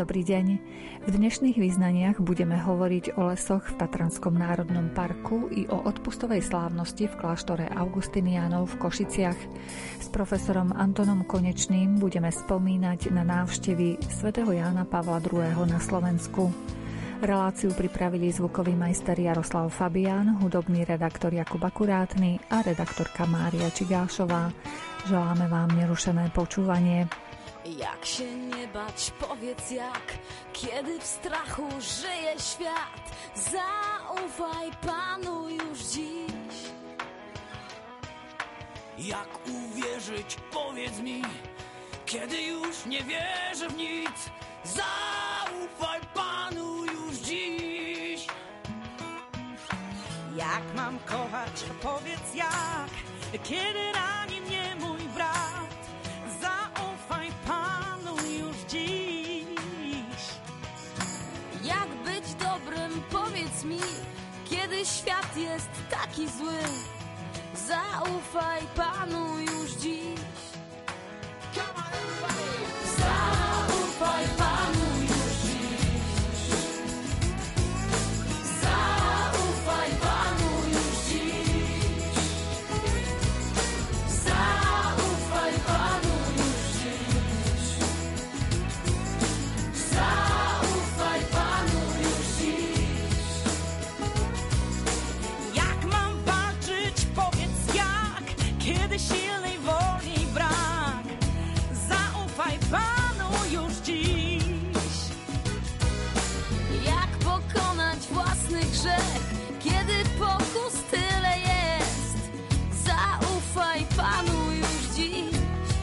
dobrý deň. V dnešných význaniach budeme hovoriť o lesoch v Tatranskom národnom parku i o odpustovej slávnosti v kláštore Augustiniánov v Košiciach. S profesorom Antonom Konečným budeme spomínať na návštevy svätého Jána Pavla II. Na Slovensku. Reláciu pripravili zvukový majster Jaroslav Fabián, hudobný redaktor Jakub Akurátny a redaktorka Mária Čigášová. Želáme vám nerušené počúvanie. Jak się nie bać, powiedz jak, kiedy w strachu żyje świat. Zaufaj Panu już dziś. Jak uwierzyć, powiedz mi, kiedy już nie wierzę w nic. Zaufaj Panu już dziś. Jak mam kochać, powiedz jak, kiedy rani mnie mój brat. Zaufaj Panu już dziś. Jak być dobrym, powiedz mi, kiedy świat jest taki zły. Zaufaj Panu już dziś. Zaufaj Panu już dziś. Zaufaj Panu już dziś. Zaufaj Panu już dziś. Zaufaj Panu już dziś. Jak mam walczyć, powiedz jak, kiedy silnej woli brak. Zaufaj Panu już dziś. Jak pokonać własny grzech, kiedy pokus tyle jest. Zaufaj Panu już dziś.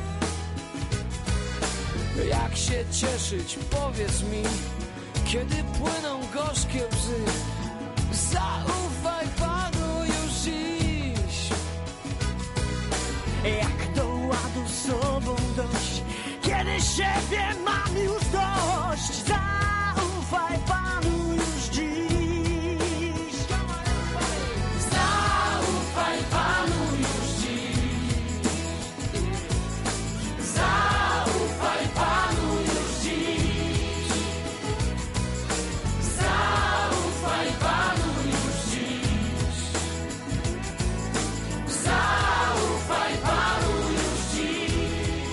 Jak się cieszyć, powiedz mi, kiedy płyną gorzkie łzy. Zaufaj Panu już dziś. Jak do ładu sobą dojść, kiedy siebie mam już dość. Zaufaj Panu już dziś. Zaufaj Panu już dziś. Zaufaj Panu już dziś. Zaufaj Panu już dziś. Zaufaj Panu już dziś.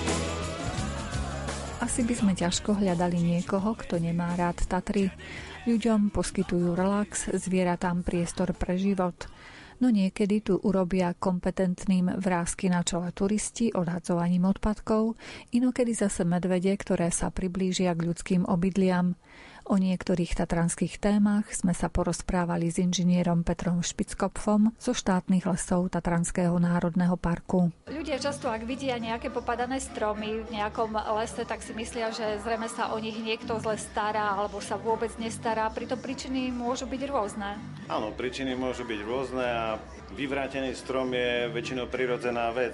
Asi by sme ťažko hľadali niekoho, kto nemá rád Tatry. Ľuďom poskytujú relax, zvieratám priestor pre život. No niekedy tu urobia kompetentným vrásky na čele turisti odhadzovaním odpadkov, inokedy zase medvede, ktoré sa priblížia k ľudským obydliam. O niektorých tatranských témach sme sa porozprávali s inžinierom Petrom Špickopfom zo štátnych lesov Tatranského národného parku. Ľudia často, ak vidia nejaké popadané stromy v nejakom lese, tak si myslia, že zrejme sa o nich niekto zle stará alebo sa vôbec nestará. Pritom príčiny môžu byť rôzne. Áno, príčiny môžu byť rôzne a vyvrátený strom je väčšinou prirodzená vec.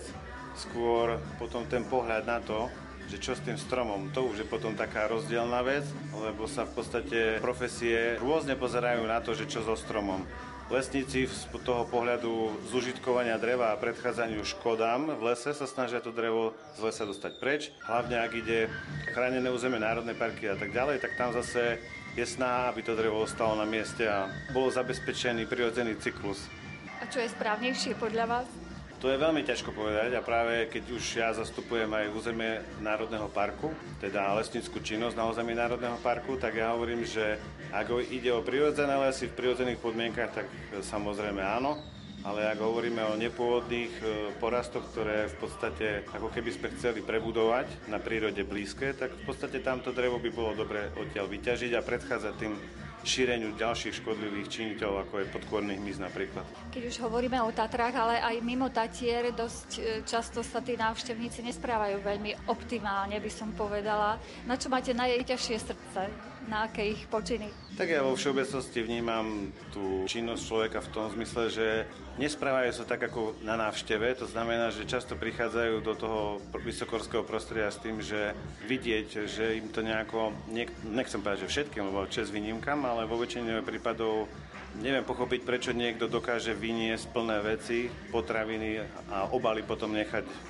Skôr potom ten pohľad na to, že čo s tým stromom, to už je potom taká rozdielna vec, lebo sa v podstate profesie rôzne pozerajú na to, že čo so stromom. Lesníci z toho pohľadu zužitkovania dreva a predchádzaniu škodám v lese sa snažia to drevo z lesa dostať preč. Hlavne ak ide chránené územie, národné parky a tak ďalej, tak tam zase je snaha, aby to drevo ostalo na mieste a bolo zabezpečený prirodzený cyklus. A čo je správnejšie podľa vás? To je veľmi ťažko povedať a práve keď už ja zastupujem aj územie Národného parku, teda lesnícku činnosť na území Národného parku, tak ja hovorím, že ak ide o prirodzené lesy v prirodzených podmienkach, tak samozrejme áno, ale ak hovoríme o nepôvodných porastoch, ktoré v podstate ako keby sme chceli prebudovať na prírode blízke, tak v podstate tamto drevo by bolo dobre odtiaľ vyťažiť a predchádzať tým šíreniu ďalších škodlivých činiteľov, ako je podkorný hmyz napríklad. Keď už hovoríme o Tatrách, ale aj mimo Tatier, dosť často sa tí návštevníci nesprávajú veľmi optimálne, by som povedala. Na čo máte najťažšie srdce? Na aké ich počiny? Tak ja vo všeobecnosti vnímam tú činnosť človeka v tom zmysle, že nesprávajú sa tak ako na návšteve. To znamená, že často prichádzajú do toho vysokorského prostredia s tým, že vidieť, že im to nejako, nechcem povedať, že všetkým, lebo čest výnimkám, ale vo väčšine prípadov neviem pochopiť, prečo niekto dokáže vyniesť plné veci, potraviny a obaly potom nechať v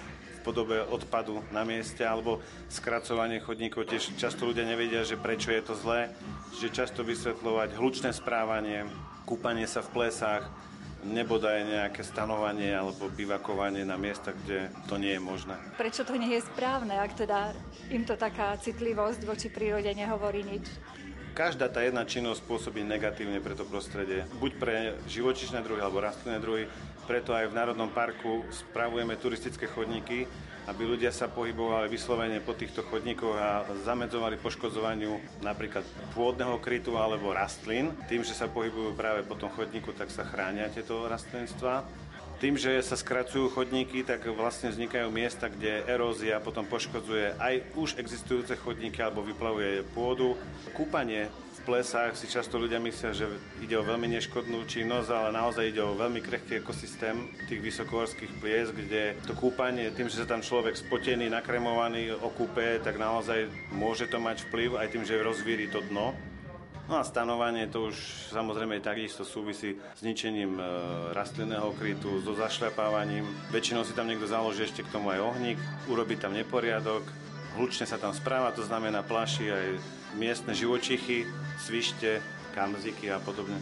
podobe odpadu na mieste, alebo skracovanie chodníkov. Tiež často ľudia nevedia, že prečo je to zlé, že často vysvetľovať hlučné správanie, kúpanie sa v plesách, nebodaj nejaké stanovanie alebo bivakovanie na miestach, kde to nie je možné. Prečo to nie je správne, ak teda im to taká citlivosť voči prírode nehovorí nič? Každá tá jedna činnosť pôsobí negatívne pre to prostredie. Buď pre živočíšne druhy alebo rastlinné druhy, preto aj v Národnom parku spravujeme turistické chodníky, aby ľudia sa pohybovali vyslovene po týchto chodníkoch a zamedzovali poškodzovaniu napríklad pôdneho krytu alebo rastlín. Tým, že sa pohybujú práve po tom chodníku, tak sa chránia tieto rastlinstva. Tým, že sa skracujú chodníky, tak vlastne vznikajú miesta, kde erózia potom poškodzuje aj už existujúce chodníky alebo vyplavuje pôdu. Kúpanie v plesách si často ľudia myslia, že ide o veľmi neškodnú činnosť, ale naozaj ide o veľmi krehký ekosystém tých vysokohorských plies, kde to kúpanie, tým, že sa tam človek spotený, nakremovaný okúpe, tak naozaj môže to mať vplyv aj tým, že rozvíri to dno. No a stanovanie to už samozrejme takisto súvisí s ničením rastlinného krytu, so zašľapávaním. Väčšinou si tam niekto založí ešte k tomu aj ohník, urobí tam neporiadok, hlučne sa tam správa, to znamená plaší aj miestne živočichy, svište, kamziky a podobne.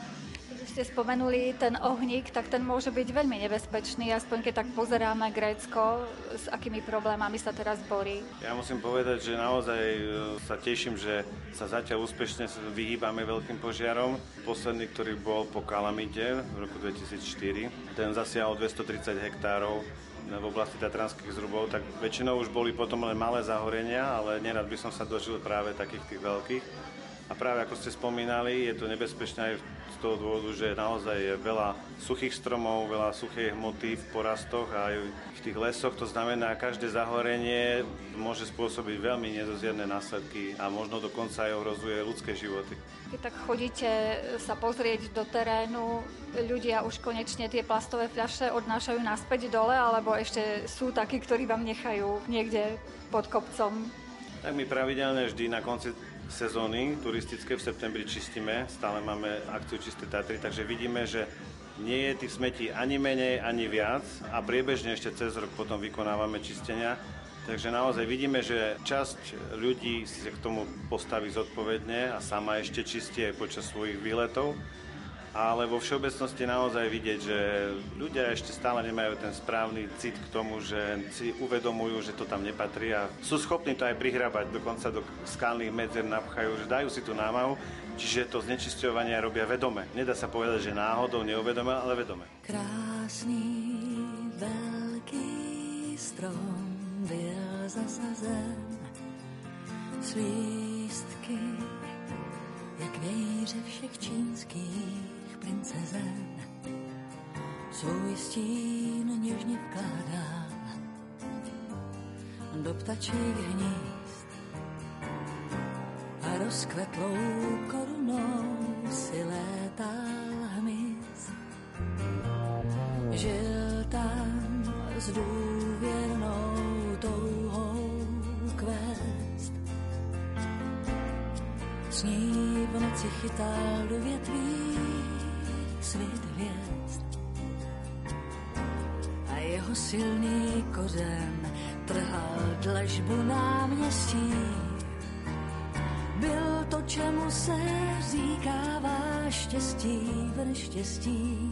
Keď ste spomenuli ten ohník, tak ten môže byť veľmi nebezpečný, aspoň keď tak pozeráme Grécko, s akými problémami sa teraz borí. Ja musím povedať, že naozaj sa teším, že sa zatiaľ úspešne vyhýbame veľkým požiarom. Posledný, ktorý bol po kalamite v roku 2004, ten zasiahol 230 hektárov v oblasti Tatranských zrubov, tak väčšinou už boli potom len malé zahorenia, ale nerad by som sa dožil práve takých tých veľkých. A práve ako ste spomínali, je to nebezpečné aj z toho dôvodu, že naozaj je veľa suchých stromov, veľa suchej hmoty v porastoch a aj v tých lesoch. To znamená, každé zahorenie môže spôsobiť veľmi nedozierne následky a možno dokonca aj ohrozuje ľudské životy. Keď tak chodíte sa pozrieť do terénu, ľudia už konečne tie plastové fľaše odnášajú naspäť dole, alebo ešte sú takí, ktorí vám nechajú niekde pod kopcom? Tak my pravidelne vždy na konci sezóny turistické v septembri čistíme, stále máme akciu Čisté Tatry, takže vidíme, že nie je tých smetí ani menej, ani viac a priebežne ešte cez rok potom vykonávame čistenia. Takže naozaj vidíme, že časť ľudí si k tomu postaví zodpovedne a sama ešte čistí aj počas svojich výletov. Ale vo všeobecnosti naozaj vidieť, že ľudia ešte stále nemajú ten správny cit k tomu, že si uvedomujú, že to tam nepatrí a sú schopní to aj prihrabať, dokonca do skalných medzier napchajú, že dajú si tú námahu, čiže to znečisťovanie robia vedome. Nedá sa povedať, že náhodou, neuvedome, ale vedome. Krásný veľký strom byl zasazen, s lístky, jak vějíře všech čínských princezen. Svůj stín něžně vkládám do ptačích hnízd a rozkvetlou korunou si létal hmyz. Žil tam s důvěrnou touhou kvést, s ní v noci chytal do větví svit hvězd a jeho silný kořen trhal dlažbu náměstí. Byl to, čemu se říkává štěstí v neštěstí.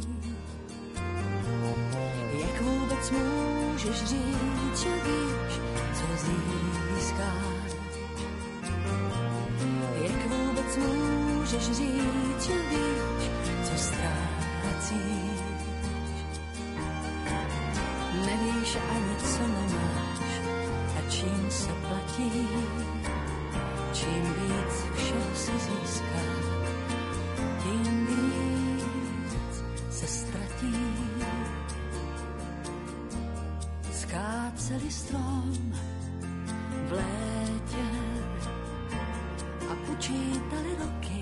Jak vůbec můžeš říct, že víš, co získáš? Jak vůbec můžeš říct, že víš, co ztrácíš? Nevíš ani, co nemáš a čím se platí. Čím víc všeho si získá, tím víc se ztratí. Skáceli strom v létě a počítali roky.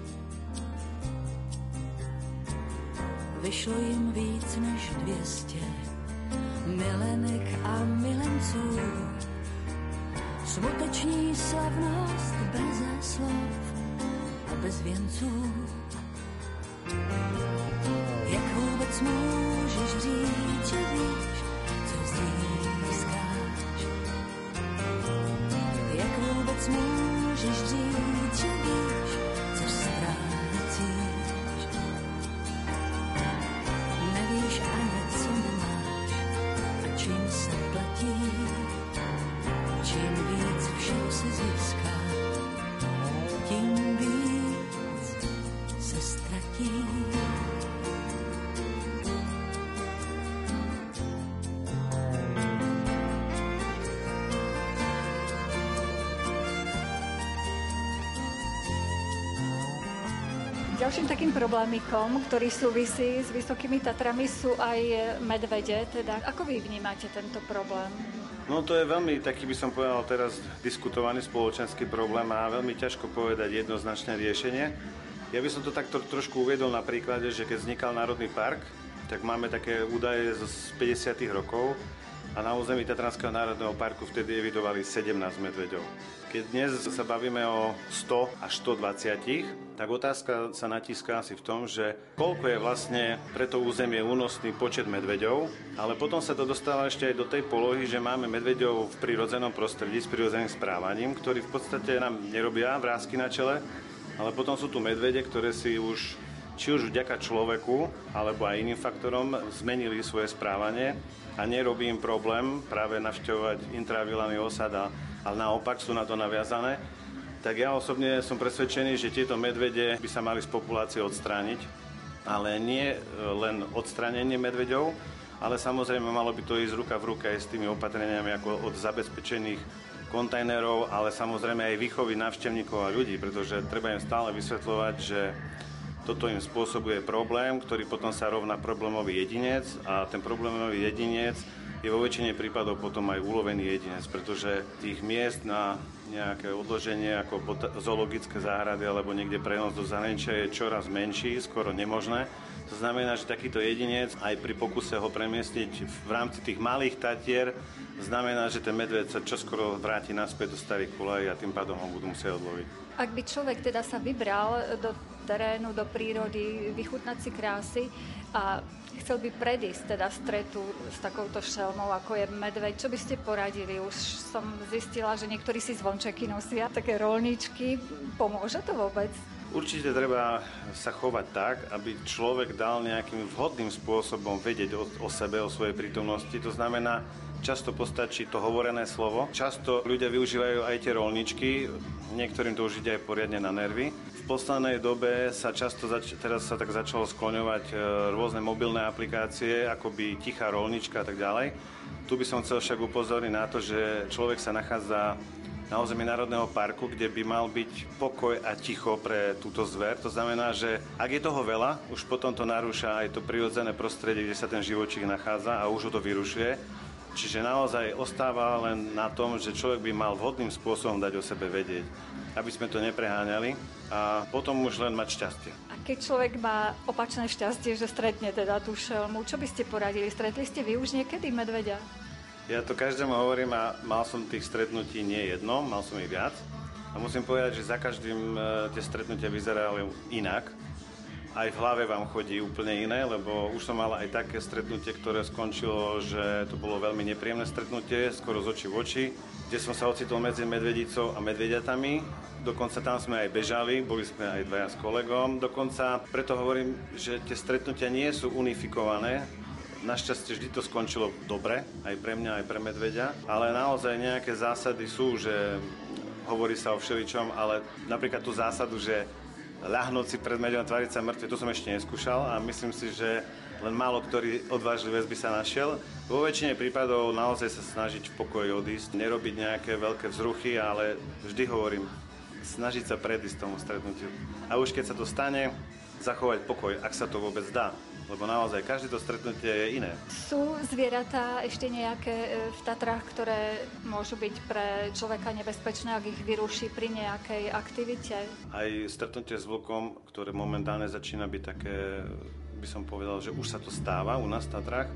Vyšlo jim víc než 200 milenek a milenců. Smuteční slavnost beze slov a bez věnců. Jak vůbec můžeš říct, že víš, co získáš? moc můžeš říct, že víš, co ztrácíš. Nevíš ani, co nemáš a čím se platí. Čím víc všeho se získá, tím víc se ztratí. Ďalším takým problémikom, ktorý súvisí s Vysokými Tatrami, sú aj medvede. Teda, ako vy vnímate tento problém? No to je veľmi, taký by som povedal teraz, diskutovaný spoločenský problém a veľmi ťažko povedať jednoznačné riešenie. Ja by som to takto trošku uviedol na príklade, že keď vznikal Národný park, tak máme také údaje z 50. rokov a na území Tatranského národného parku vtedy evidovali 17 medveďov. Keď dnes sa bavíme o 100 až 120, tak otázka sa natíska asi v tom, že koľko je vlastne pre to územie únosný počet medveďov, ale potom sa to dostáva ešte aj do tej polohy, že máme medveďov v prirodzenom prostredí s prirodzeným správaním, ktorí v podstate nám nerobia vrásky na čele, ale potom sú tu medvede, ktoré si už či už vďaka človeku, alebo aj iným faktorom zmenili svoje správanie a nerobí im problém práve navštevovať intravilánny osad, ale naopak sú na to naviazané. Tak ja osobne som presvedčený, že tieto medvede by sa mali z populácie odstrániť, ale nie len odstránenie medveďov, ale samozrejme malo by to ísť ruka v ruke aj s tými opatreniami ako od zabezpečených kontajnerov, ale samozrejme aj výchovy návštevníkov a ľudí, pretože treba im stále vysvetľovať, že toto im spôsobuje problém, ktorý potom sa rovná problémový jedinec a ten problémový jedinec je vo väčšine prípadov potom aj ulovený jedinec, pretože tých miest na nejaké odloženie ako zoologické záhrady alebo niekde prenos do zahraničia je čoraz menší, skoro nemožné. To znamená, že takýto jedinec aj pri pokuse ho premiestniť v rámci tých malých Tatier znamená, že ten medveď sa čoskoro vráti naspäť do starých kolají a tým pádom ho budú musieť odloviť. Ak by človek teda sa vybral do terénu, do prírody, vychutnať si krásy a chcel by predísť teda stretu s takouto šelmou, ako je medveď, čo by ste poradili? Už som zistila, že niektorí si zvončeky nosia, také roľničky. Pomôže to vôbec? Určite treba sa chovať tak, aby človek dal nejakým vhodným spôsobom vedieť o sebe, o svojej prítomnosti. To znamená, často postačí to hovorené slovo. Často ľudia využívajú aj tie roľničky, niektorým to už ide aj poriadne na nervy. V poslednej dobe sa často, teraz sa tak začalo skloňovať rôzne mobilné aplikácie, akoby tichá roľnička a tak ďalej. Tu by som chcel však upozorniť na to, že človek sa nachádza na území Národného parku, kde by mal byť pokoj a ticho pre túto zver. To znamená, že ak je toho veľa, už potom to narúša aj to prirodzené prostredie, kde sa ten živočík nachádza a už ho to vyrušuje. Čiže naozaj ostáva len na tom, že človek by mal vhodným spôsobom dať o sebe vedieť, aby sme to nepreháňali a potom už len mať šťastie. A keď človek má opačné šťastie, že stretne teda tú šelmu, čo by ste poradili? Stretli ste vy už niekedy medveďa? Ja to každému hovorím a mal som tých stretnutí nie jedno, mal som ich viac. A musím povedať, že za každým tie stretnutia vyzerali inak. Aj v hlave vám chodí úplne iné, lebo už som mal aj také stretnutie, ktoré skončilo, že to bolo veľmi nepríjemné stretnutie, skoro z očí v oči, kde som sa ocitol medzi medvedicou a medvediatami. Dokonca tam sme aj bežali, boli sme aj dvaja s kolegom. Dokonca preto hovorím, že tie stretnutia nie sú unifikované. Našťastie vždy to skončilo dobre, aj pre mňa, aj pre medveďa, ale naozaj nejaké zásady sú, že hovorí sa o všeličom, ale napríklad tú zásadu, že ľahnúť si pred medveďom a tváriť sa mŕtve, to som ešte neskúšal a myslím si, že len málo ktorý odvážlivec by sa našiel. Vo väčšine prípadov naozaj sa snažiť v pokoji odísť, nerobiť nejaké veľké vzruchy, ale vždy hovorím, snažiť sa predísť tomu stretnutiu. A už keď sa to stane, zachovať pokoj, ak sa to vôbec dá. Lebo naozaj každé to stretnutie je iné. Sú zvieratá ešte nejaké v Tatrách, ktoré môžu byť pre človeka nebezpečné, ak ich vyruší pri nejakej aktivite? Aj stretnutie s vlkom, ktoré momentálne začína byť také, by som povedal, že už sa to stáva u nás v Tatrách,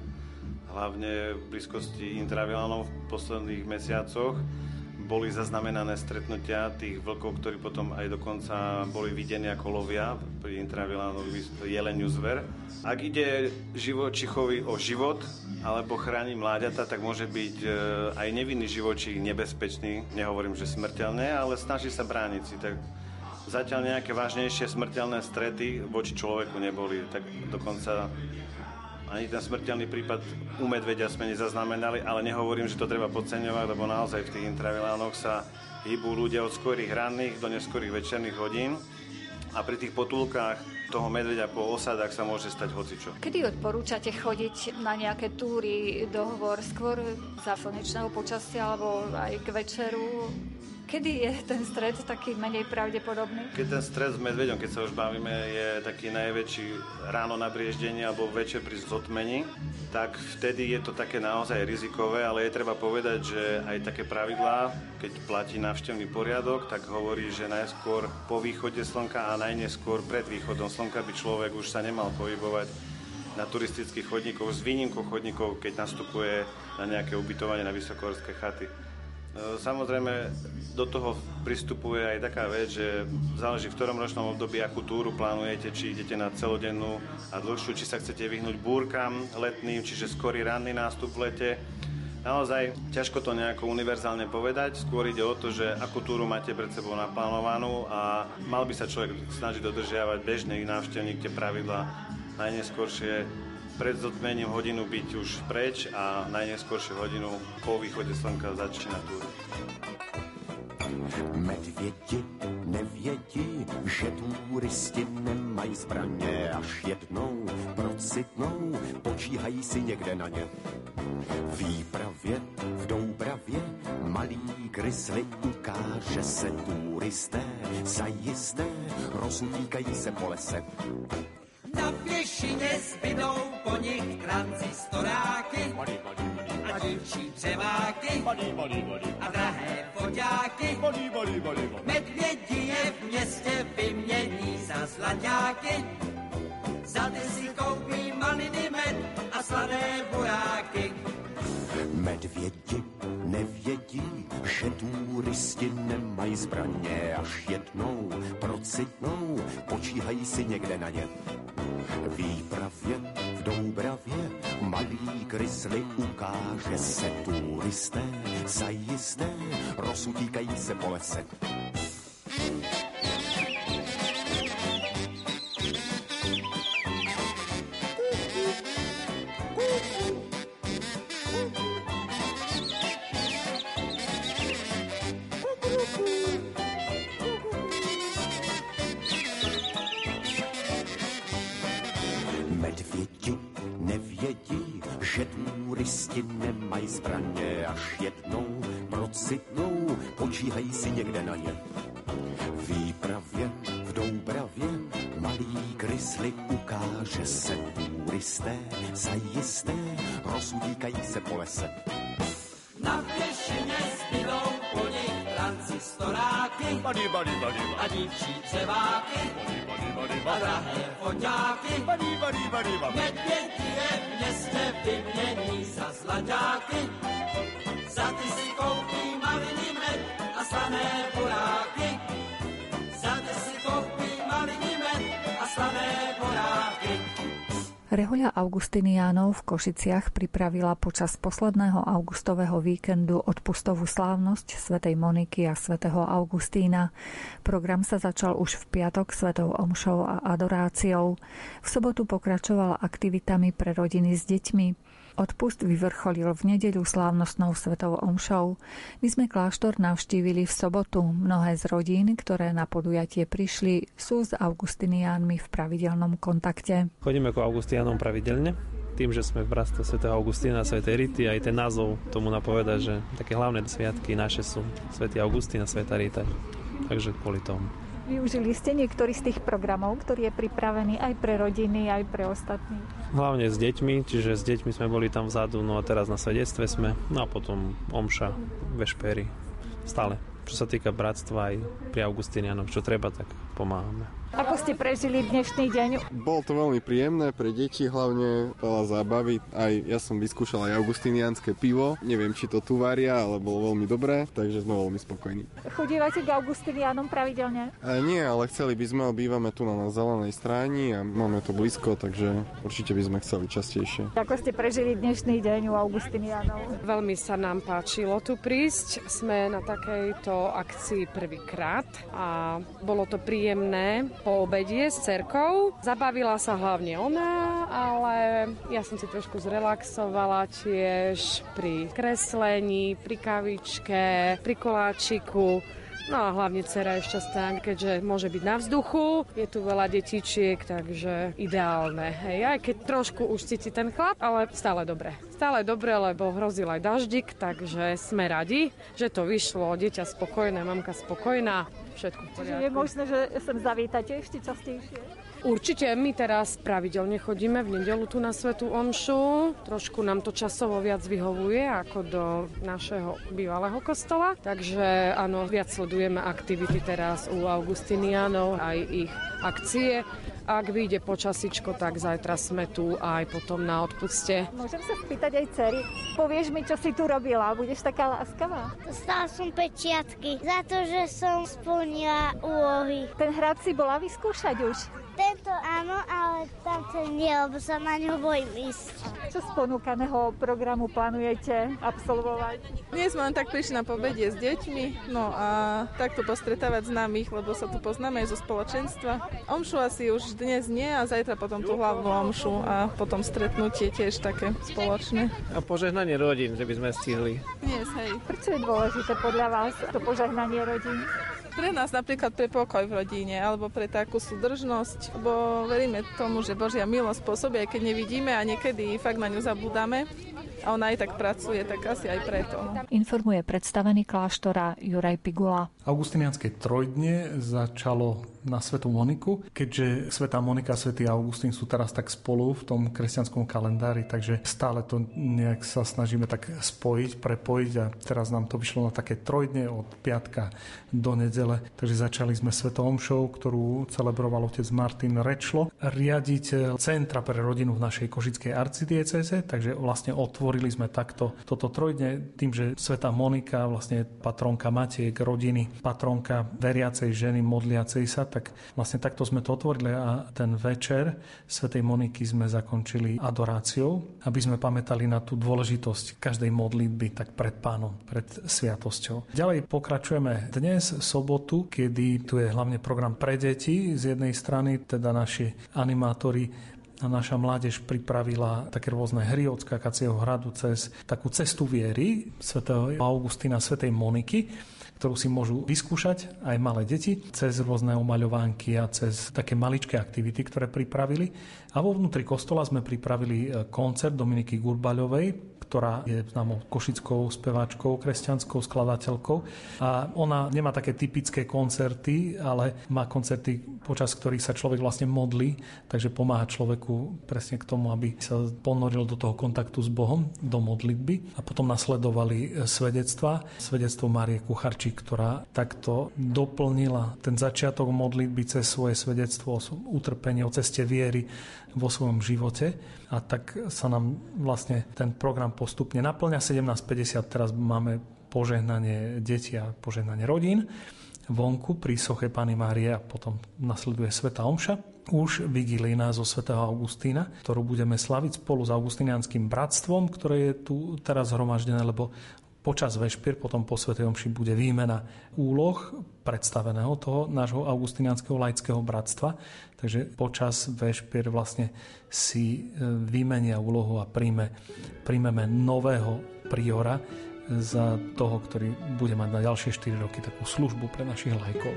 hlavne v blízkosti intravilánov v posledných mesiacoch. Boli zaznamenané stretnutia tých vlkov, ktorí potom aj dokonca boli videní ako lovia pri intravilánovi jeleniu zver. Ak ide živočíchovi o život, alebo chráni mláďata, tak môže byť aj nevinný živočík nebezpečný. Nehovorím, že smrteľné, ale snaží sa brániť si. Tak zatiaľ nejaké vážnejšie smrteľné strety voči človeku neboli. Tak dokonca ani ten smrteľný prípad u medveďa sme nezaznamenali, ale nehovorím, že to treba podceňovať, lebo naozaj v tých intravilánoch sa hýbu ľudia od skorých ranných do neskorých večerných hodín. A pri tých potulkách toho medveďa po osadách sa môže stať hocičo. Kedy odporúčate chodiť na nejaké túry, dohovor skôr za slnečného počasia alebo aj k večeru? Kedy je ten stret taký menej pravdepodobný? Keď ten stret s medveďom, keď sa už bavíme, je taký najväčší ráno na brieždení alebo večer pri zotmení, tak vtedy je to také naozaj rizikové, ale je treba povedať, že aj také pravidlá, keď platí návštevný poriadok, tak hovorí, že najskôr po východe slnka a najneskôr pred východom slnka by človek už sa nemal pohybovať na turistických chodníkoch, s výnimkou chodníkov, keď nastupuje na nejaké ubytovanie na vysokohorské chaty. Samozrejme, do toho pristupuje aj taká vec, že záleží v ktorom ročnom období, akú túru plánujete, či idete na celodennú a dlhšiu, či sa chcete vyhnúť búrkam letným, čiže skorý ranný nástup v lete. Naozaj ťažko to nejako univerzálne povedať, skôr ide o to, že akú túru máte pred sebou naplánovanú a mal by sa človek snažiť dodržiavať bežný návštevník tie pravidlá. Najneskôršie pred zotmením hodinu byť už preč a najneskôršiu hodinu po východe slnka začína túru. Medvědi nevědí, že turisti nemají zbraně, až jednou procitnou, počíhají si někde na ně. V výpravě, v Doubravě, malý grizzly ukáže se turisté, zajisté rozutíkají se po lese. Na pěšině zbydou po nich transistoráky a divčí dřeváky a drahé foťáky. Medvědi je v městě vymění za zlaťáky, za ty si koupí maliny med a sladé buráky. Medvědi nevědí, že turisti nemají zbraně, až jednou procitnou, počíhají si někde na ně. V výpravě, v Doubravě, malý grizzly ukáže se turisté, zajisté rozutíkají se po lese. Medvědi nevědí, že turisti nemají zbraně, až jednou procitnou, počíhají si někde na ně. V výpravě, v Doubravě, malý grizzly ukáže se turisté, zajisté rozutíkají se po lese. Na pěšině zbydou po nich transistoráky a divčí dřeváky a drahé foťáky. Medvědi je v městě vymění za zlaťáky, za ty si koupí maliny med a slané buráky. Za ty si koupí maliny med a slané buráky. Rehuľa Augustiniánov v Košiciach pripravila počas posledného augustového víkendu odpustovú slávnosť svätej Moniky a svätého Augustína. Program sa začal už v piatok svetou omšou a adoráciou. V sobotu pokračoval aktivitami pre rodiny s deťmi. Odpust vyvrcholil v nedeľu slávnostnou svetou omšou. My sme kláštor navštívili v sobotu. Mnohé z rodín, ktoré na podujatie prišli, sú s Augustiniánmi v pravidelnom kontakte. Chodíme ako Augustiánom pravidelne. Tým, že sme v bratstve svätého Augustína a svätej Rity, aj ten názov tomu napoveda, že také hlavné sviatky naše sú svätý Augustín a svätá Rita. Takže kvôli tomu. Využili ste niektorý z tých programov, ktorý je pripravený aj pre rodiny, aj pre ostatných? Hlavne s deťmi, čiže s deťmi sme boli tam vzadu, no a teraz na svedectve sme, no a potom omša, vešpery, stále. Čo sa týka bratstva aj pri Augustinianoch, čo treba, tak pomáhame. Ako ste prežili dnešný deň? Bolo to veľmi príjemné pre deti, hlavne veľa zábavy. Aj ja som vyskúšal aj augustiniánske pivo. Neviem, či to tu varia, ale bolo veľmi dobré, takže sme veľmi spokojní. Chodívate k augustiniánom pravidelne? Nie, ale chceli by sme, bývame tu na zelenej stráni a máme to blízko, takže určite by sme chceli častejšie. Ako ste prežili dnešný deň u augustiniánov? Veľmi sa nám páčilo tu prísť. Sme na takejto akcii prvýkrát a bolo to príjemné po obede s dcerkou. Zabavila sa hlavne ona, ale ja som si trošku zrelaxovala tiež pri kreslení, pri kavičke, pri koláčiku. No a hlavne dcera je šťastná, keďže môže byť na vzduchu. Je tu veľa detičiek, takže ideálne. Hej, aj keď trošku už cíti ten chlap, ale stále dobre. Stále dobre, lebo hrozil aj daždik, takže sme radi, že to vyšlo. Dieťa spokojné, mamka spokojná. Všetko v poriadku. Čiže je možné, že sem zavítate ešte častejšie? Určite, my teraz pravidelne chodíme v nedeľu tu na svätú omšu. Trošku nám to časovo viac vyhovuje ako do našeho bývalého kostola. Takže áno, viac sledujeme aktivity teraz u augustiniánov, aj ich akcie. Ak vyjde počasičko, tak zajtra sme tu aj potom na odpuste. Môžem sa spýtať aj dcery? Povieš mi, čo si tu robila? Budeš taká láskavá? Dostala som pečiatky za to, že som splnila úlohy. Ten hrad si bola vyskúšať už? Tento áno, ale tamten nie, lebo sa na ňo bojím ísť. Čo z ponúkaného programu plánujete absolvovať? Dnes sme len tak prišli na pobedie s deťmi, no a takto postretávať známych, lebo sa tu poznáme aj zo spoločenstva. Omšu asi už dnes nie a zajtra potom tú hlavnú omšu a potom stretnutie tiež také spoločné. A požehnanie rodín, že by sme stihli. Dnes, hej. Prečo je dôležité podľa vás to požehnanie rodín? Pre nás napríklad pre pokoj v rodine alebo pre takú súdržnosť, lebo veríme tomu, že Božia milosť pôsobí, aj keď nevidíme a niekedy fakt na ňu zabúdame. A ona aj tak pracuje, tak asi aj preto. Informuje predstavený kláštora Juraj Pigula. Augustinianske trojdne začalo na Svätú Moniku, keďže Svätá Monika a Svätý Augustín sú teraz tak spolu v tom kresťanskom kalendári, takže stále to nejak sa snažíme tak spojiť, prepojiť a teraz nám to vyšlo na také trojdne od piatka do nedele. Takže začali sme Svätou omšou, ktorú celebroval otec Martin Rečlo, riaditeľ Centra pre rodinu v našej košickej arcidiecéze, takže vlastne otvorili sme takto toto trojdne tým, že Svätá Monika, vlastne patronka matiek, rodiny, patronka veriacej ženy, modliacej sa, tak vlastne takto sme to otvorili a ten večer Svätej Moniky sme zakončili adoráciou, aby sme pamätali na tú dôležitosť každej modlitby tak pred Pánom, pred sviatosťou. Ďalej pokračujeme dnes, sobotu, kedy tu je hlavne program pre deti. Z jednej strany teda naši animátori a naša mládež pripravila také rôzne hry od skákacieho hradu cez takú cestu viery svätého Augustína, svätej Moniky, ktorú si môžu vyskúšať aj malé deti cez rôzne omaľovánky a cez také maličké aktivity, ktoré pripravili. A vo vnútri kostola sme pripravili koncert Dominiky Gurbaľovej, ktorá je známou košickou speváčkou, kresťanskou skladateľkou. A ona nemá také typické koncerty, ale má koncerty, počas ktorých sa človek vlastne modlí, takže pomáha človeku presne k tomu, aby sa ponoril do toho kontaktu s Bohom, do modlitby. A potom nasledovali svedectvá. Svedectvo Márie Kucharčík, ktorá takto doplnila ten začiatok modlitby cez svoje svedectvo o utrpení, o ceste viery vo svojom živote. A tak sa nám vlastne ten program postupne naplňa. 17:50 teraz máme požehnanie detí a požehnanie rodín vonku pri soche Panny Márie a potom nasleduje Svätá omša. Už vigílina zo svätého Augustína, ktorú budeme slaviť spolu s augustinianským bratstvom, ktoré je tu teraz zhromaždené, lebo počas vešpier, potom po svätej omši bude výmena úloh predstaveného toho nášho augustinianského laického bratstva. Takže počas vešpier vlastne si vymenia úlohu a príjmeme nového priora za toho, ktorý bude mať na ďalšie 4 roky takú službu pre našich laikov.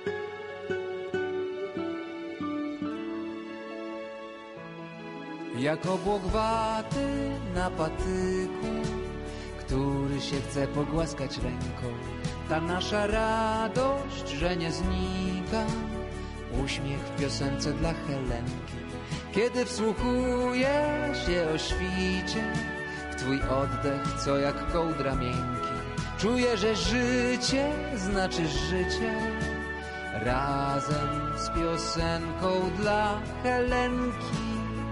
Jak obłok waty na patyku, który się chce pogłaskać ręką, ta nasza radość, że nie znika, uśmiech w piosence dla Helenki. Kiedy wsłuchuję się o świcie, w twój oddech, co jak kołdra miękki, czuję, że życie znaczy życie, razem z piosenką dla Helenki.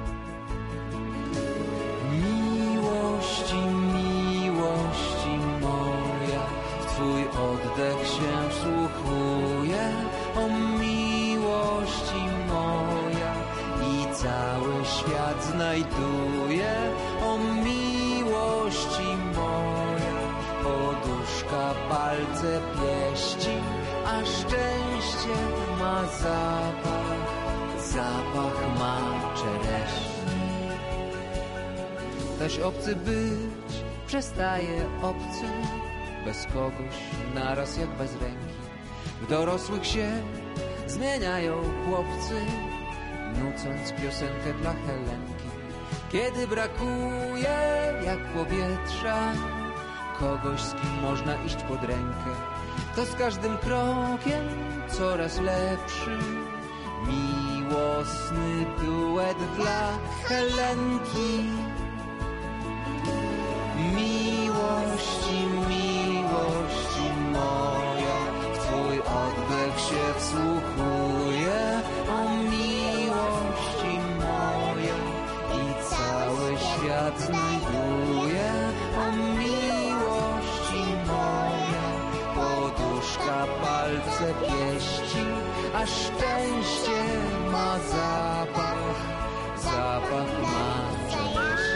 Miłości, miłości moja, w twój oddech się wsłuchuję, o miłości moja i cały świat znajduję, o miłości moja, poduszka palce pieści, a szczęście ma zapach, zapach ma czereśni. Ktoś obcy być przestaje obcy, bez kogoś naraz jak bez ręki. W dorosłych się zmieniają chłopcy, nucąc piosenkę dla Helenki. Kiedy brakuje jak powietrza kogoś, z kim można iść pod rękę, to z każdym krokiem coraz lepszy miłosny duet dla Helenki. Miłości, miłości moja, w twój oddech się wsłuchuję, o miłości moja i cały świat znajduję, o miłości moja, poduszka palce pieści, a szczęście ma zapach, zapach ma czereśni.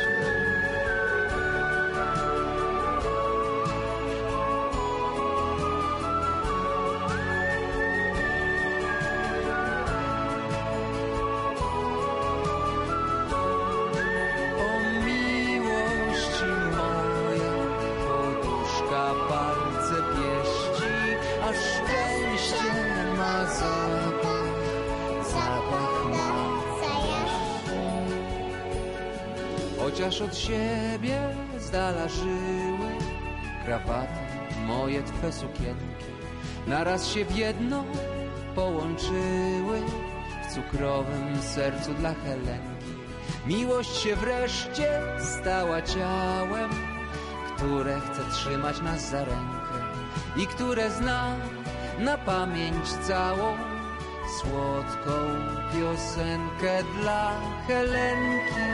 Chociaż od siebie z dala żyły krawaty moje twe sukienki, naraz się w jedno połączyły w cukrowym sercu dla Helenki. Miłość się wreszcie stała ciałem, które chce trzymać nas za rękę i które zna na pamięć całą słodką piosenkę dla Helenki.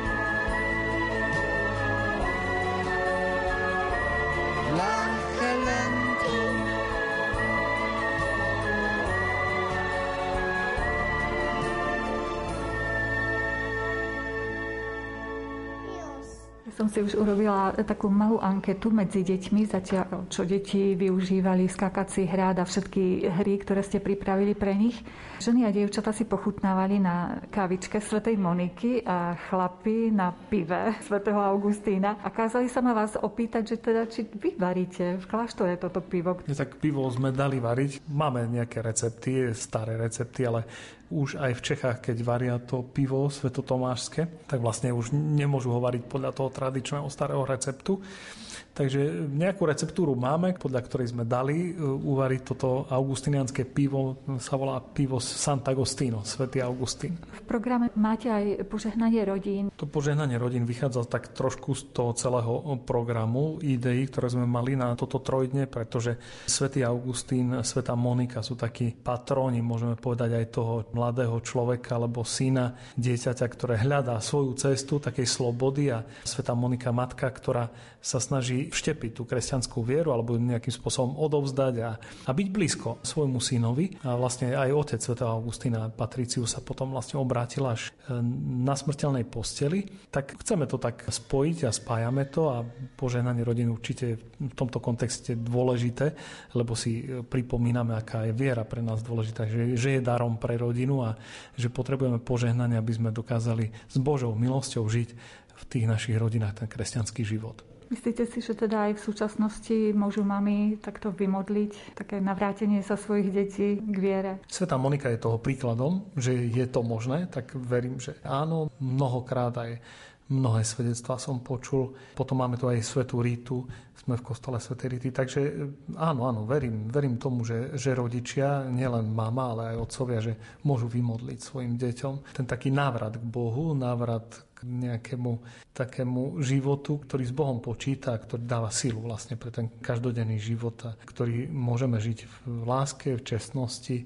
Dla Helenki. Som si už urobila takú malú anketu medzi deťmi, zatiaľ čo deti využívali skakací hrad a všetky hry, ktoré ste pripravili pre nich. Ženy a dievčatá si pochutnávali na kávičke svätej Moniky a chlapi na pive svätého Augustína. A kázali sa ma vás opýtať, že teda, či vy varíte v kláštore toto pivo. Tak pivo sme dali variť. Máme nejaké recepty, staré recepty, ale už aj v Čechách, keď varia to pivo svetotomášske, tak vlastne už nemôžu ho variť podľa toho tradičného starého receptu. Takže nejakú receptúru máme, podľa ktorej sme dali uvariť toto augustinianské pivo, sa volá pivo Sant'Agostino, Svätý Augustín. V programe máte aj požehnanie rodín. To požehnanie rodín vychádza tak trošku z toho celého programu, ideí, ktoré sme mali na toto trojdne, pretože Svätý Augustín, Svätá Monika sú takí patróni, môžeme povedať aj toho mladého človeka alebo syna, dieťaťa, ktoré hľadá svoju cestu takej slobody, a Svätá Monika matka, ktorá sa snaží vštepiť tú kresťanskú vieru alebo nejakým spôsobom odovzdať a byť blízko svojmu synovi. A vlastne aj otec svätého Augustína, Patricius, sa potom vlastne obrátil až na smrteľnej posteli. Tak chceme to tak spojiť a spájame to, a požehnanie rodiny určite v tomto kontexte dôležité, lebo si pripomíname, aká je viera pre nás dôležitá, že je darom pre rodinu a že potrebujeme požehnanie, aby sme dokázali s Božou milosťou žiť v tých našich rodinách ten kresťanský život. Myslíte si, že teda aj v súčasnosti môžu mami takto vymodliť také navrátenie sa svojich detí k viere? Svätá Monika je toho príkladom, že je to možné, tak verím, že áno. Mnohokrát aj mnohé svedectvá som počul. Potom máme tu aj svätú Ritu, sme v kostole svätej Rity. Takže áno, verím tomu, že rodičia, nielen mama, ale aj otcovia, že môžu vymodliť svojim deťom ten taký návrat k Bohu, návrat k nejakému takému životu, ktorý s Bohom počíta, ktorý dáva silu vlastne pre ten každodenný život, ktorý môžeme žiť v láske, v čestnosti, v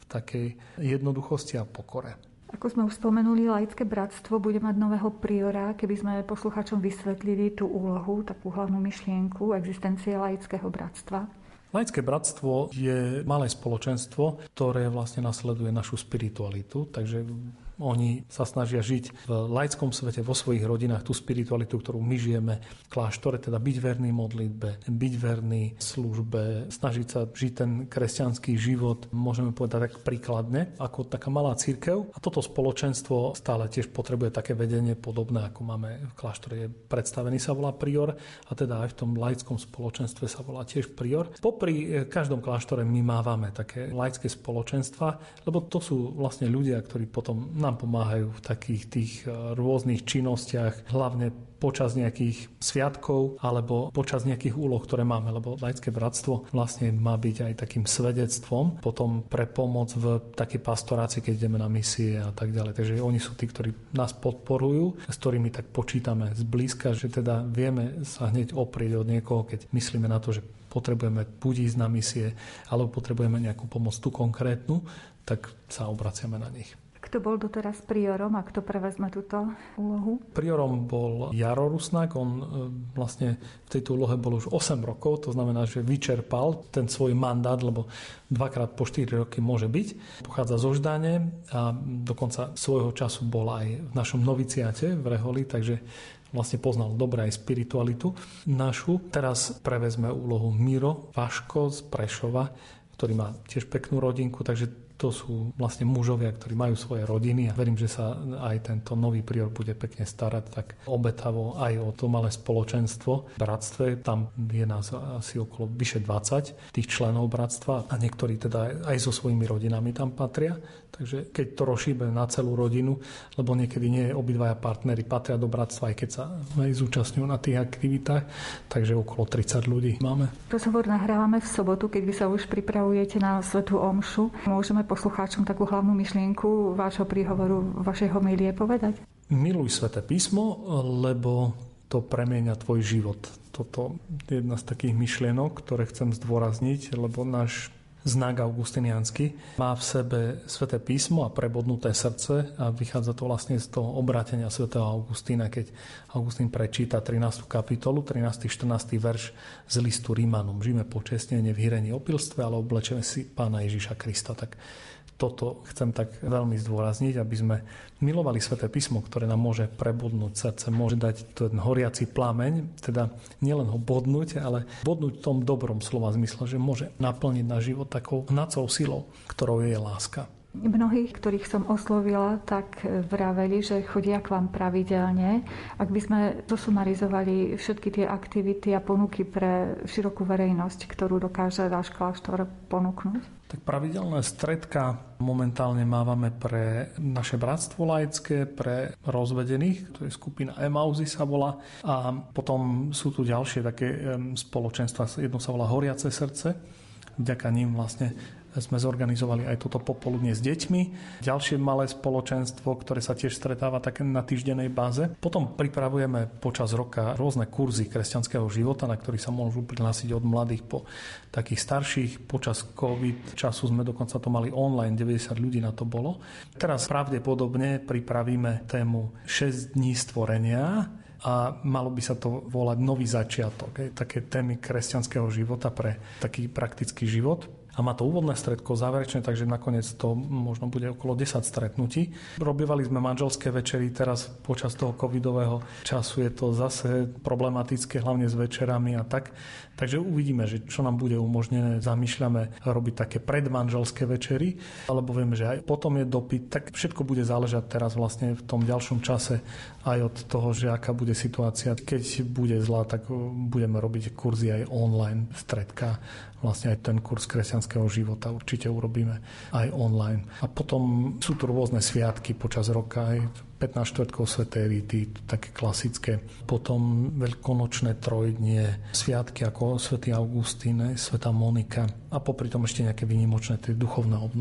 takej jednoduchosti a pokore. Ako sme už spomenuli, laické bratstvo bude mať nového priora. Keby sme poslucháčom vysvetlili tú úlohu, takú hlavnú myšlienku existencie laického bratstva. Laické bratstvo je malé spoločenstvo, ktoré vlastne nasleduje našu spiritualitu, takže oni sa snažia žiť v laickom svete, vo svojich rodinách tú spiritualitu, ktorú my žijeme v kláštore, teda byť verný modlitbe, byť verný službe, snažiť sa žiť ten kresťanský život, môžeme povedať tak príkladne, ako taká malá cirkev. A toto spoločenstvo stále tiež potrebuje také vedenie podobné, ako máme v kláštore. Predstavený sa volá prior a teda aj v tom laickom spoločenstve sa volá tiež prior. Popri každom kláštore my mávame také laické spoločenstva, lebo to sú vlastne ľudia, ktorí potom nám pomáhajú v takých tých rôznych činnostiach, hlavne počas nejakých sviatkov alebo počas nejakých úloh, ktoré máme, lebo laické bratstvo vlastne má byť aj takým svedectvom potom pre pomoc v takej pastorácii, keď ideme na misie a tak ďalej. Takže oni sú tí, ktorí nás podporujú, s ktorými tak počítame zblízka, že teda vieme sa hneď oprieť od niekoho, keď myslíme na to, že potrebujeme buď ísť na misie, alebo potrebujeme nejakú pomoc tu konkrétnu, tak sa obraciame na nich. Kto bol doteraz priorom a kto prevezme túto úlohu? Priorom bol Jaro Rusnák, on vlastne v tejto úlohe bol už 8 rokov, to znamená, že vyčerpal ten svoj mandát, lebo 2x po 4 roky môže byť. Pochádza zo Ždáne a dokonca svojho času bol aj v našom noviciáte v Reholi, takže vlastne poznal dobre aj spiritualitu našu. Teraz prevezme úlohu Miro Vaško z Prešova, ktorý má tiež peknú rodinku, takže to sú vlastne mužovia, ktorí majú svoje rodiny a verím, že sa aj tento nový prior bude pekne starať tak obetavo aj o to malé spoločenstvo. V bratstve tam je nás asi okolo vyše 20 tých členov bratstva a niektorí teda aj so svojimi rodinami tam patria. Takže keď to rozšíbe na celú rodinu, lebo niekedy nie obidvaja partneri patria do bratstva, aj keď sa aj zúčastňujú na tých aktivitách, takže okolo 30 ľudí máme. Rozhovor nahrávame v sobotu, keď vy sa už pripravujete na svätú omšu. Môžeme poslucháčom takú hlavnú myšlienku vášho príhovoru, vašej homílie povedať? Miluj sväté písmo, lebo to premieňa tvoj život. Toto je jedna z takých myšlienok, ktoré chcem zdôrazniť, lebo náš znak augustiniánsky má v sebe sväté písmo a prebodnuté srdce a vychádza to vlastne z toho obrátenia svätého Augustína, keď Augustín prečíta 13. kapitolu, 13. 14. verš z listu Rímanom. Žijeme počestne, ne v hýrení opilstve, ale oblečeme si Pána Ježiša Krista. Tak toto chcem tak veľmi zdôrazniť, aby sme milovali sväté písmo, ktoré nám môže prebodnúť srdce, môže dať ten horiaci plameň, teda nielen ho bodnúť, ale bodnúť v tom dobrom slova zmysle, že môže naplniť náš život takou hnacou silou, ktorou je láska. Mnohých, ktorých som oslovila, tak vraveli, že chodia k vám pravidelne. Ak by sme zosumarizovali všetky tie aktivity a ponuky pre širokú verejnosť, ktorú dokáže váš kláštor ponúknuť? Tak pravidelné stredka momentálne mávame pre naše bratstvo laické, pre rozvedených, to je skupina Emauzy sa volá, a potom sú tu ďalšie také spoločenstva, jedno sa volá Horiace srdce, vďaka ním vlastne sme zorganizovali aj toto popoludne s deťmi. Ďalšie malé spoločenstvo, ktoré sa tiež stretáva tak na týždennej báze. Potom pripravujeme počas roka rôzne kurzy kresťanského života, na ktorých sa môžu prihlásiť od mladých po takých starších. Počas COVID času sme dokonca to mali online, 90 ľudí na to bolo. Teraz pravdepodobne pripravíme tému 6 dní stvorenia a malo by sa to volať Nový začiatok. Také témy kresťanského života pre taký praktický život. A má to úvodné stredko, záverečné, takže nakoniec to možno bude okolo 10 stretnutí. Robievali sme manželské večery, teraz počas toho covidového času je to zase problematické, hlavne s večerami a tak. Takže uvidíme, že čo nám bude umožnené. Zamýšľame robiť také predmanželské večery, alebo vieme, že aj potom je dopyt. Tak všetko bude záležať teraz vlastne v tom ďalšom čase aj od toho, že aká bude situácia. Keď bude zlá, tak budeme robiť kurzy aj online, stredka. Vlastne aj ten kurz kresťanského života určite urobíme aj online. A potom sú tu rôzne sviatky počas roka, aj 15 štvrtkov svätej Rity, také klasické. Potom veľkonočné trojdnie, sviatky ako svätý Augustín, svätá Monika a popri tom ešte nejaké výnimočné tie duchovné obnovy. To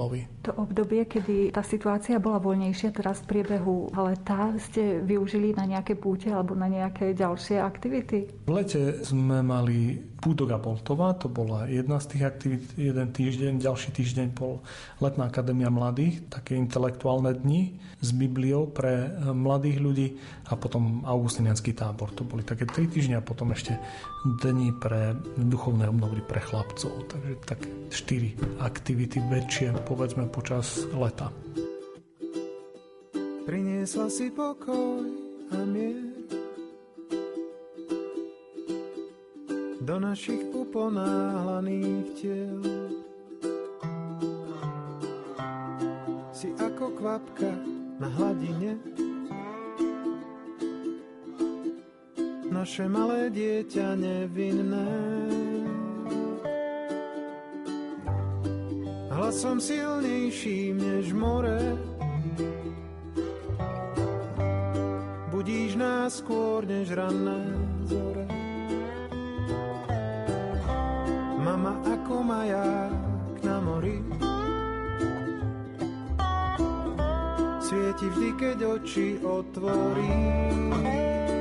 to obdobie, kedy tá situácia bola voľnejšia, teraz v priebehu leta ste využili na nejaké púte alebo na nejaké ďalšie aktivity? V lete sme mali Pútok a Boltova, to bola jedna z tých aktivít, jeden týždeň, ďalší týždeň bol Letná akadémia mladých, také intelektuálne dni s Bibliou pre mladých ľudí a potom augustinianský tábor. To boli také 3 týždne a potom ešte dni pre duchovné obnovy pre chlapcov. Takže tak 4 aktivity väčšie, povedzme, počas leta. Priniesla si pokoj a mier do našich uponáhlaných tiel. Si ako kvapka na hladine, naše malé dieťa nevinné. Hlasom silnejším než more, budíš nás skôr než ranné zore. Mama ako maják na mori, svieti vždy, keď oči otvoríš.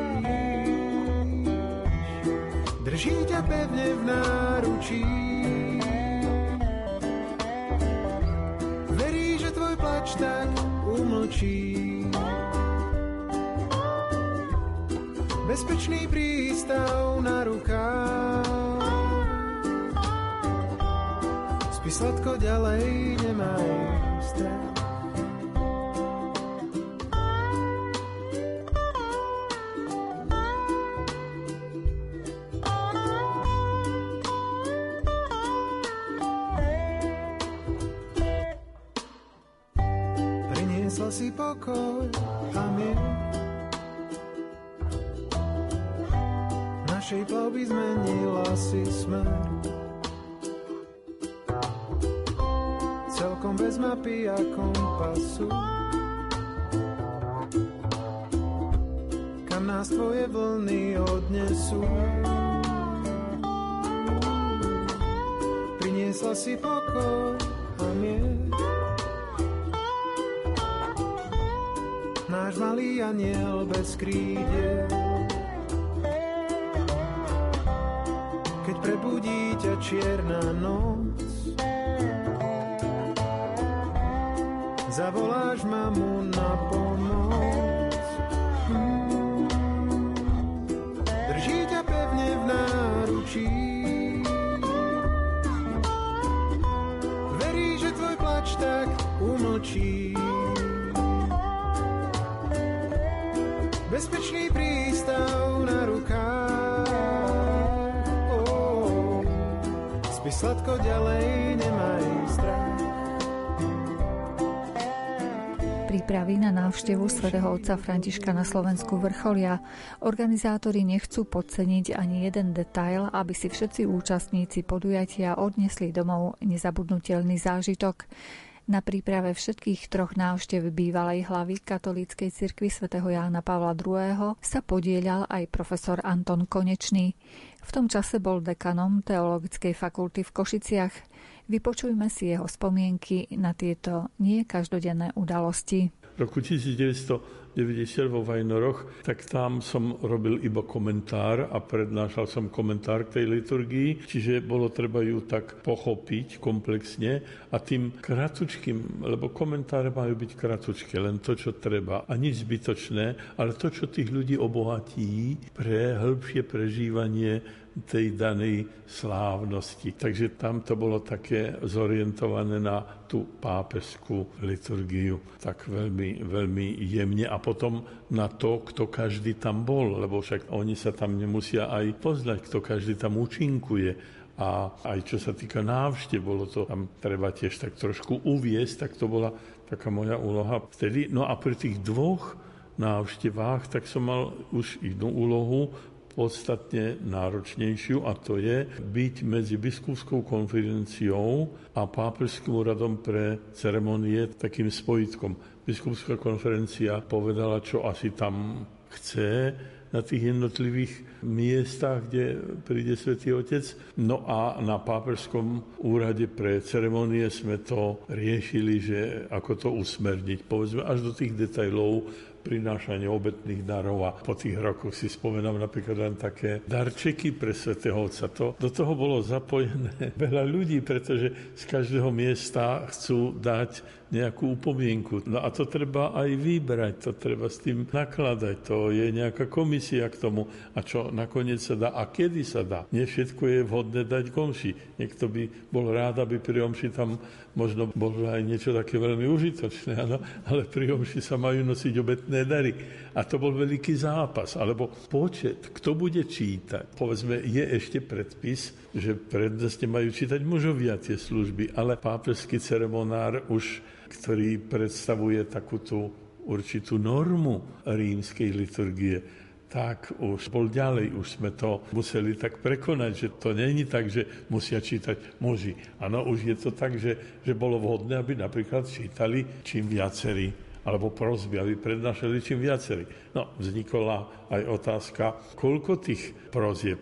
Drží ťa pevne v náručí, verí, že tvoj plač tak umlčí. Bezpečný prístav na rukách, spí sladko ďalej, nemaj strach. Priniesla si pokoj a mier, našej plavby zmenila si smer. Celkom bez mapy a kompasu, kam nás tvoje vlny odnesú. Priniesla si pokoj a mier, náš malý anjel bez krídiel. Keď prebudí ťa čierna noc, zavoláš mamu na pomoc. Drží ťa pevne v náručí, verí, že tvoj plač tak umlčí. Bezpečný prístav na rukách, spí sladko ďalej, nemaj strach. Prípravy na návštevu svätého otca Františka na Slovensku vrcholia. Organizátori nechcú podceniť ani jeden detail, aby si všetci účastníci podujatia odnesli domov nezabudnutelný zážitok. Na príprave všetkých 3 návštev bývalej hlavy katolíckej cirkvi svätého Jána Pavla II. Sa podieľal aj profesor Anton Konečný. V tom čase bol dekanom Teologickej fakulty v Košiciach. Vypočujme si jeho spomienky na tieto nie každodenné udalosti. V roku 1990 vo Vajnoroch, tak tam som robil iba komentár a prednášal som komentár k tej liturgii, čiže bolo treba ju tak pochopiť komplexne a tým kratučkým, lebo komentáre majú byť kratučké, len to, čo treba a nič zbytočné, ale to, čo tých ľudí obohatí pre hĺbšie prežívanie tej danej slávnosti. Takže tam to bolo také zorientované na tú pápežskú liturgiu, tak veľmi, veľmi jemne a potom na to, kto každý tam bol, lebo však oni sa tam nemusia aj poznať, kto každý tam účinkuje. A aj čo sa týka návštev, bolo to tam treba tiež tak trošku uviesť, tak to bola taká moja úloha vtedy. No a pri tých 2 návštevách, tak som mal už inú úlohu, podstatne náročnejšiu, a to je byť medzi biskupskou konferenciou a pápežským úradom pre ceremonie takým spojitkom. Biskupská konferencia povedala, čo asi tam chce na tých jednotlivých miestach, kde príde Svätý Otec. No a na pápežskom úrade pre ceremonie sme to riešili, že ako to usmerniť, povedzme až do tých detailov prinášania obetných darov a po tých rokoch si spomenám napríklad len také darčeky pre Svätého Otca. Do toho bolo zapojené veľa ľudí, pretože z každého miesta chcú dať nejakú upomienku. No a to treba aj vybrať, to treba s tým nakladať, to je nejaká komisia k tomu a čo nakoniec sa dá a kedy sa dá. Nie všetko je vhodné dať k omši. Niekto by bol rád, aby pri omši tam možno bolo aj niečo také veľmi užitočné, ano, ale pri omši sa majú nosiť obetné dary. A to bol veľký zápas, alebo počet, kto bude čítať. Povedzme, je ešte predpis, že prednostne majú čítať mužovia tie služby, ale pápežský ceremonár už, ktorý predstavuje takúto určitú normu rímskej liturgie, tak už bol ďalej, už sme to museli tak prekonať, že to není tak, že musia čítať muži. Áno, už je to tak, že bolo vhodné, aby napríklad čítali čím viacerí, alebo prosby, aby prednášali čím viacerí. No, vznikla aj otázka, koľko tých prosieb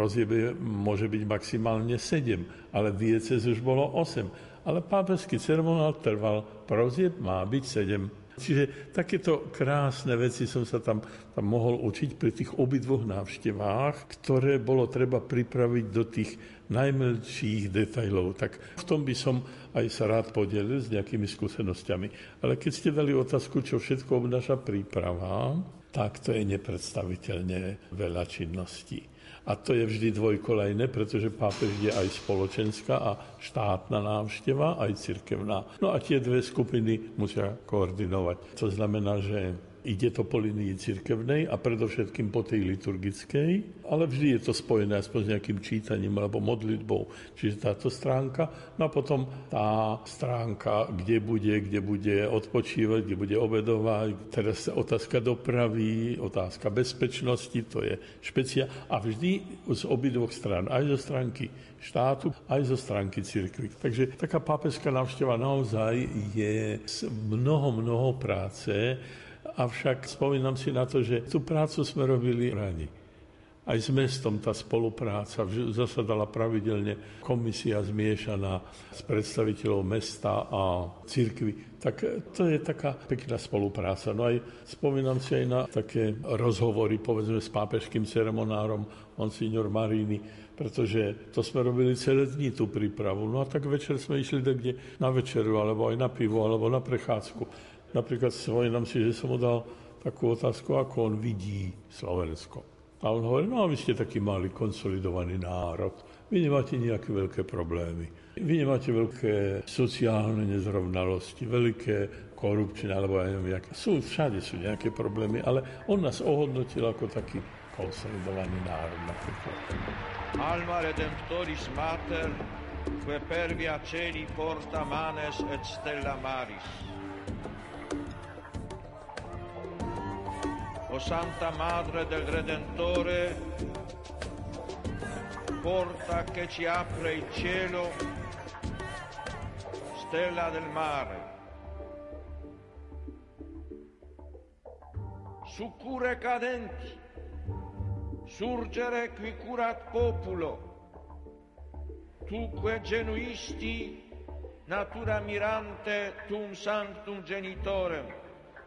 môže byť maximálne 7, ale diecéz už bolo 8. Ale pápežský ceremonál trval, prosieb má byť 7. Čiže takéto krásne veci som sa tam mohol učiť pri tých obidvoch návštevách, ktoré bolo treba pripraviť do tých najmenších detailov. Tak v tom by som aj sa rád podelil s nejakými skúsenosťami. Ale keď ste dali otázku, čo všetko obnáša príprava, tak to je nepredstaviteľne veľa činností. A to je vždy dvojkolajné, pretože pápež je aj spoločenská a štátna návšteva, aj cirkevná. No a tie dve skupiny musia koordinovať. To znamená, že ide to po línii cirkevnej a predovšetkým po tej liturgickej, ale vždy je to spojené aspoň s nejakým čítaním alebo modlitbou. Čiže táto stránka, no a potom tá stránka, kde bude odpočívať, kde bude obedovať. Teraz otázka dopravy, otázka bezpečnosti, to je špecia. A vždy z obidvoch strán, aj zo stránky štátu, aj zo stránky cirkvi. Takže taká pápežská návšteva naozaj je mnoho práce. Avšak spomínam si na to, že tú prácu sme robili rani. Aj s mestom tá spolupráca zasadala pravidelne komisia zmiešaná s predstaviteľov mesta a cirkvi. Tak to je taká pekná spolupráca. No aj spomínam si aj na také rozhovory, povedzme, s pápežským ceremonárom Monsignor Marini, pretože to sme robili celé dni tú prípravu. No a tak večer sme išli kde na večeru, alebo aj na pivo, alebo na prechádzku. Napríklad spomínam si, že som mu dal takú otázku, ako on vidí Slovensko. A on hovorí, no a vy ste taký malý, konsolidovaný národ. Vy nemáte nejaké veľké problémy. Vy nemáte veľké sociálne nezrovnalosti, veľké korupčné, alebo aj neviem, všade sú nejaké problémy, ale on nás ohodnotil ako taký konsolidovaný národ napríklad. Alma Redemptoris Mater, que per via celi porta manes et stella maris. O Santa Madre del Redentore, porta che ci apre il cielo, stella del mare. Succurre cadenti, surgere qui curat populo, tuque genuisti, natura mirante tum sanctum genitorem.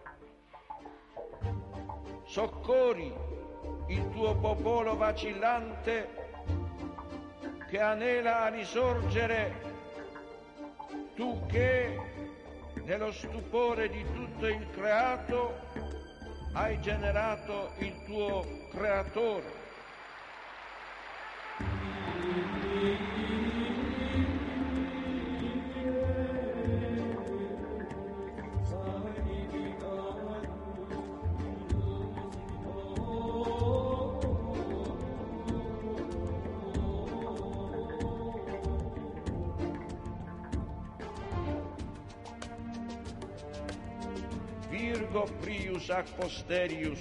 Soccori il tuo popolo vacillante che anela a risorgere, tu che nello stupore di tutto il creato hai generato il tuo creatore. Virgo prius ac posterius,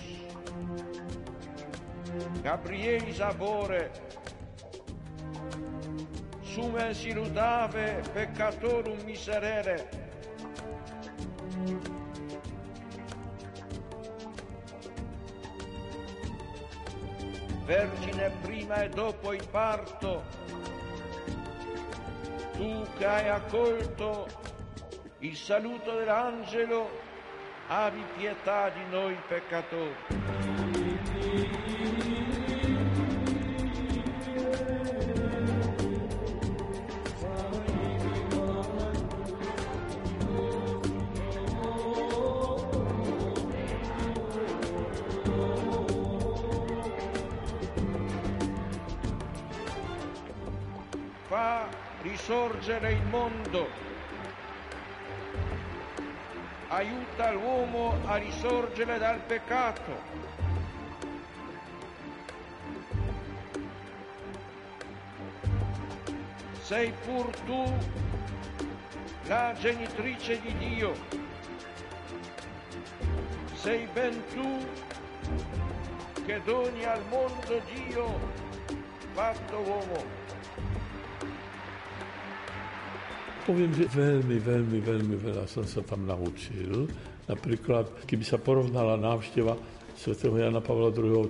Gabrielis abore, sumen siludave peccatorum miserere, Vergine prima e dopo il parto, tu che hai accolto il saluto dell'angelo, abbi pietà di noi peccatori. Fa risorgere il mondo, aiuta l'uomo a risorgere dal peccato. Sei pur tu la genitrice di Dio, sei ben tu che doni al mondo Dio fatto uomo. Poviem, že veľmi veľa som sa tam naučil. Napríklad, keby sa porovnala návšteva svätého Jana Pavla II.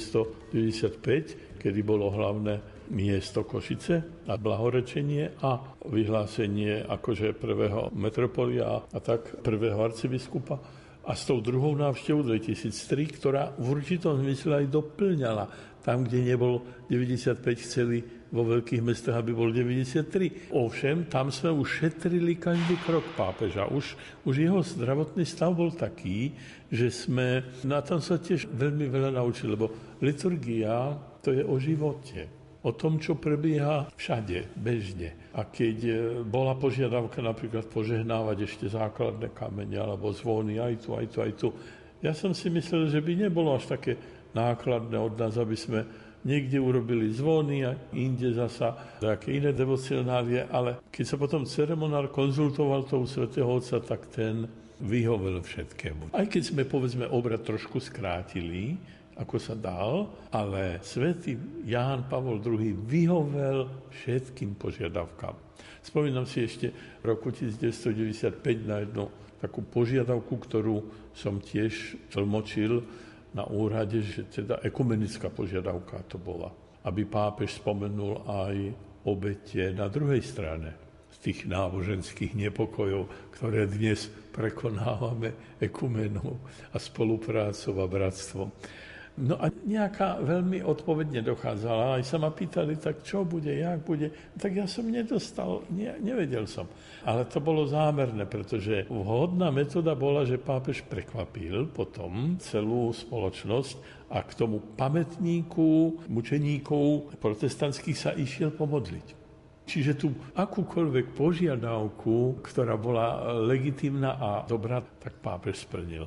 1995, kedy bolo hlavné miesto Košice a blahorečenie a vyhlásenie akože prvého metropolia a tak prvého arcibiskupa, a s tou druhou návštevou 2003, ktorá v určitom zmysle aj doplňala. Tam, kde nebol 95, chceli vo veľkých mestách, aby bol 93. Ovšem, tam sme už šetrili každý krok pápeža. Už jeho zdravotný stav bol taký, že sme na tom sa tiež veľmi veľa naučili, lebo liturgia to je o živote. O tom, čo prebieha všade, bežne. A keď bola požiadavka napríklad požehnávať ešte základné kamene alebo zvony aj tu. Ja som si myslel, že by nebolo až také nákladné od nás, aby sme niekde urobili zvony a inde zasa také iné devocionálie, ale keď sa potom ceremonár konzultoval toho svätého Otca, tak ten vyhovel všetkému. Aj keď sme, povedzme, obrad trošku skrátili, ako sa dal, ale svätý Ján Pavol II vyhovel všetkým požiadavkám. Spomínam si ešte v roku 1995 na jednu takú požiadavku, ktorú som tiež tlmočil na úrade, že teda ekumenická požiadavka to bola, aby pápež spomenul aj obete na druhej strane z tých náboženských nepokojov, ktoré dnes prekonávame ekumenou a spoluprácou a bratstvom. No a nejaká veľmi odpovedne dochádzala. Aj sa ma pýtali, tak čo bude, jak bude. Tak ja som nedostal, nevedel som. Ale to bolo zámerné, pretože vhodná metóda bola, že pápež prekvapil potom celú spoločnosť a k tomu pamätníku mučeníkov protestantských sa išiel pomodliť. Čiže tú akúkoľvek požiadavku, ktorá bola legitímna a dobrá, tak pápež splnil.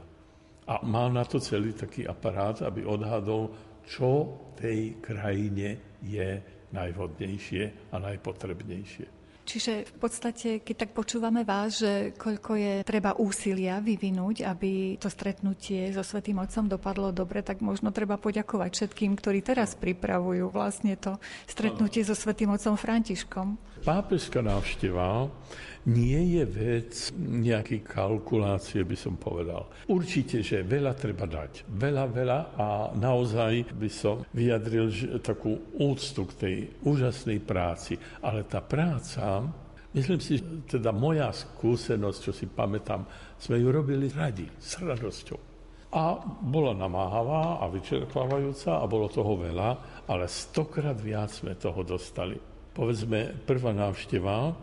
A mal na to celý taký aparát, aby odhadol, čo tej krajine je najvhodnejšie a najpotrebnejšie. Čiže v podstate, keď tak počúvame vás, že koľko je treba úsilia vyvinúť, aby to stretnutie so Svätým Otcom dopadlo dobre, tak možno treba poďakovať všetkým, ktorí teraz pripravujú vlastne to stretnutie so Svätým Otcom Františkom. Pápežská návšteva nie je vec nejakej kalkulácie, by som povedal. Určite, že veľa treba dať. Veľa a naozaj by som vyjadril takú úctu k tej úžasnej práci. Ale tá práca, myslím si, teda moja skúsenosť, čo si pamätám, sme ju robili radi, s radosťou. A bola namáhavá a vyčerpávajúca a bolo toho veľa, ale 100-krát viac sme toho dostali. Povedzme, prvá návšteva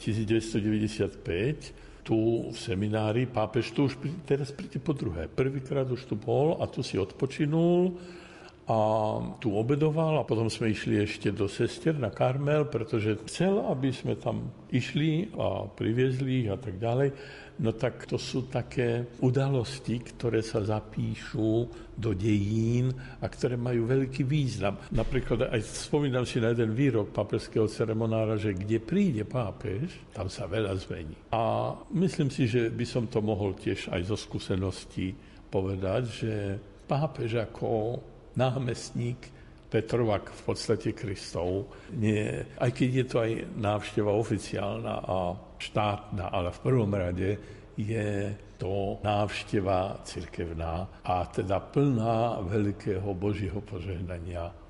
1995, tu v seminári, pápež tu už teraz príde po druhé. Prvýkrát už tu bol a tu si odpočinul a tu obedoval a potom sme išli ešte do sestier na Karmel, pretože chcel, aby sme tam išli a priviezli ich a tak ďalej. No tak to sú také udalosti, ktoré sa zapíšu do dejín a ktoré majú veľký význam. Napríklad aj spomínam si na jeden výrok pápežského ceremonára, že kde príde pápež, tam sa veľa zmení. A myslím si, že by som to mohol tiež aj zo skúseností povedať, že pápež ako námestník Petrovak v podstate Kristov, aj keď je to aj návšteva oficiálna a štátna, ale v prvom rade je to návšteva cirkevná a teda plná veľkého Božieho požehnania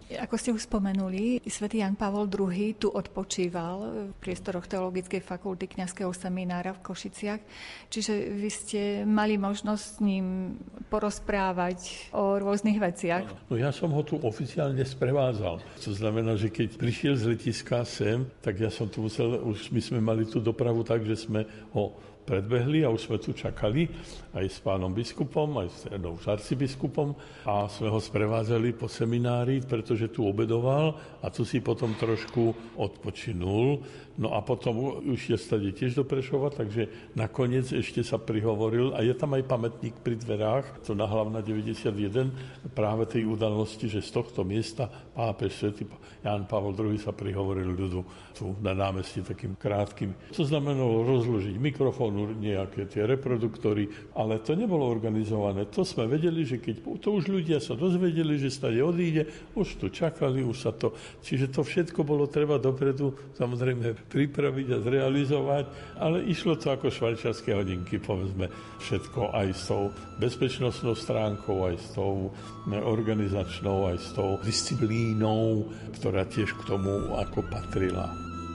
Ako ste už spomenuli, svätý Ján Pavol II tu odpočíval v priestoroch Teologickej fakulty kňazského seminára v Košiciach, čiže vy ste mali možnosť s ním porozprávať o rôznych veciach. No ja som ho tu oficiálne sprevádzal. To znamená, že keď prišiel z letiska sem, tak ja som tu musel, už my sme mali tú dopravu tak, že sme ho predbehli a už sme tu čakali aj s pánom biskupom, aj s arcibiskupom a sme ho sprevádzali po seminári, pretože tu obedoval a tu si potom trošku odpočinul. No a potom už je stade tiež do Prešova, takže nakoniec ešte sa prihovoril a je tam aj pamätník pri dverách, to na Hlavná 91, práve tej udalosti, že z tohto miesta pápež svätý Ján Pavol II sa prihovoril ľudu tu na námestí takým krátkym. To znamenalo rozložiť mikrofón, nejaké tie reproduktory, ale to nebolo organizované. To sme vedeli, že keď to už ľudia sa dozvedeli, že stade odíde, už tu čakali, už sa to... Čiže to všetko bolo treba dopredu, samozrejme, pripraviť a zrealizovať, ale išlo to ako švajčiarske hodinky, povedzme, všetko aj s tou bezpečnostnou stránkou, aj s tou organizačnou, aj s tou disciplínou, ktorá tiež k tomu ako patrila.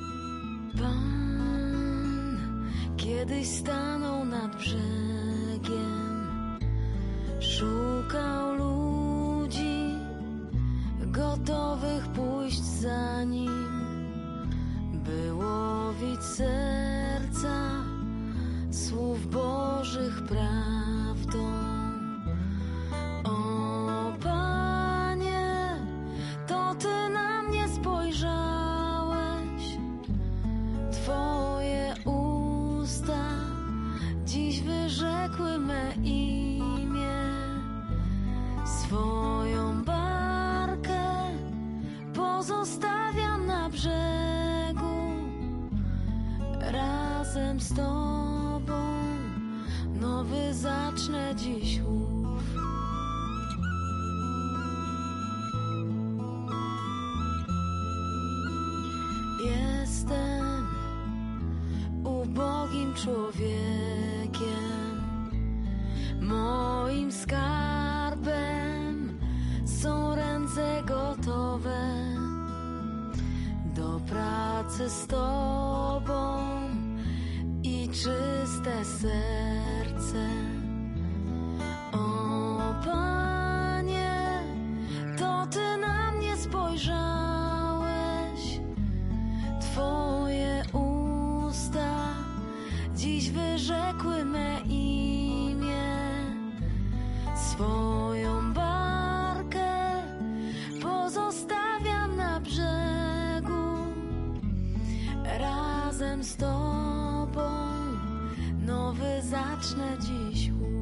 Pán kiedyś stanął nad brzegiem, szukał ludzi gotowych pójść za nim, by łowić serca słów Bożych prawdą. O Panie, to Ty na mnie spojrzałeś, Twoje usta dziś wyrzekły me imię, swoją barkę pozostawiam na brzegu, razem z Tobą nowy zacznę dziś łów. Jestem ubogim człowiekiem, moim skarbem są ręce gotowe do pracy z Tobą i czyste serce. O Panie, to Ty na mnie spojrzałeś, Twoje usta dziś wyrzekły me imię, swoją barkę pozostawiam na brzegu, razem z Tobą nowy zacznę dziś łów.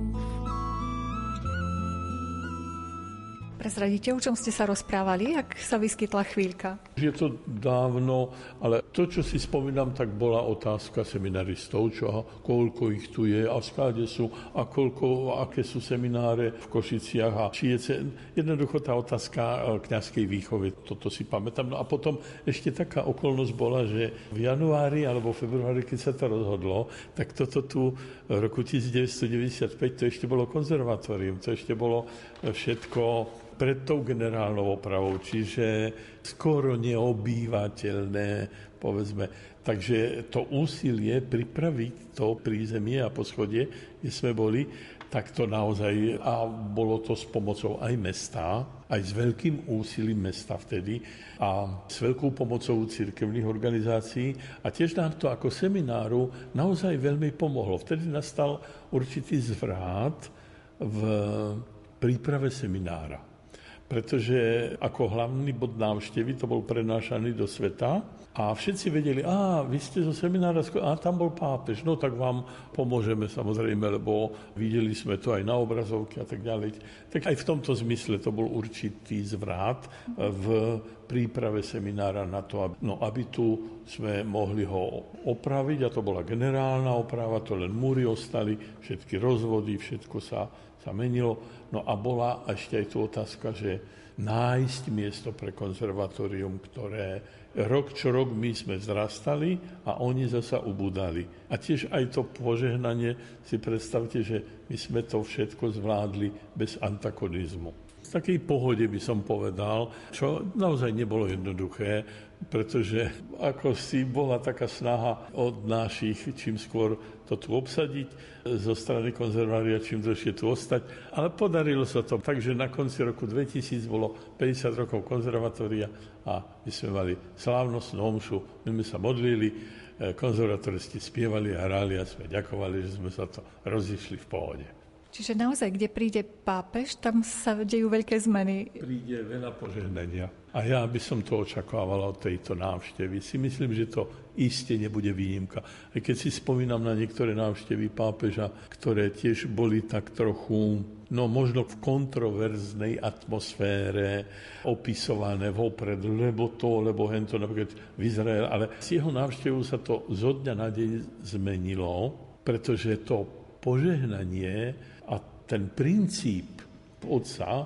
Prezradíte, o čom ste sa rozprávali, ak sa vyskytla chvíľka? Je to dávno, ale to, čo si spomínam, tak bola otázka seminaristov, koľko ich tu je a skáde sú a aké sú semináre v Košiciach a či je jednoducho tá otázka kňazskej výchovy. Toto si pamätám. No a potom ešte taká okolnosť bola, že v januári alebo februári, keď sa to rozhodlo, tak toto tu v roku 1995 to ešte bolo konzervatórium, to ešte bolo všetko pred tou generálnou opravou, čiže skoro neobývateľné, povedzme. Takže to úsilie pripraviť to prízemie a poschodie, kde sme boli, tak to naozaj, a bolo to s pomocou aj mesta, aj s veľkým úsilím mesta vtedy a s veľkou pomocou cirkevných organizácií a tiež nám to ako semináru naozaj veľmi pomohlo. Vtedy nastal určitý zvrat v príprave seminára. Pretože ako hlavný bod návštevy to bol prenášaný do sveta a všetci vedeli, vy ste zo seminára, tam bol pápež, no tak vám pomôžeme samozrejme, lebo videli sme to aj na obrazovke a tak ďalej. Tak aj v tomto zmysle to bol určitý zvrat v príprave seminára na to, aby tu sme mohli ho opraviť a to bola generálna oprava, to len múry ostali, všetky rozvody, všetko sa menilo. No a bola ešte aj tu otázka, že nájsť miesto pre konzervatórium, ktoré rok čo rok my sme vzrastali a oni zasa ubúdali. A tiež aj to požehnanie, si predstavte, že my sme to všetko zvládli bez antagonizmu. takej pohode by som povedal, čo naozaj nebolo jednoduché, pretože ako si bola taká snaha od našich čím skôr to tu obsadiť, zo strany konzervária čím dlhšie tu ostať, ale podarilo sa to. Takže na konci roku 2000 bolo 50 rokov konzervatória a my sme mali slávnostnú omšu, my sme sa modlili, konzervatoristi spievali a hrali a sme ďakovali, že sme sa to rozišli v pohode. Čiže naozaj, kde príde pápež, tam sa dejú veľké zmeny. Príde veľa požehnania. A ja by som to očakával od tejto návštevy. Si myslím, že to iste nebude výnimka. Aj keď si spomínam na niektoré návštevy pápeža, ktoré tiež boli tak trochu, možno v kontroverznej atmosfére opisované vopred, lebo to, lebo hento, napríklad v Izraeli. Ale s jeho návštevou sa to zo dňa na deň zmenilo, pretože to požehnanie a ten princíp Otca,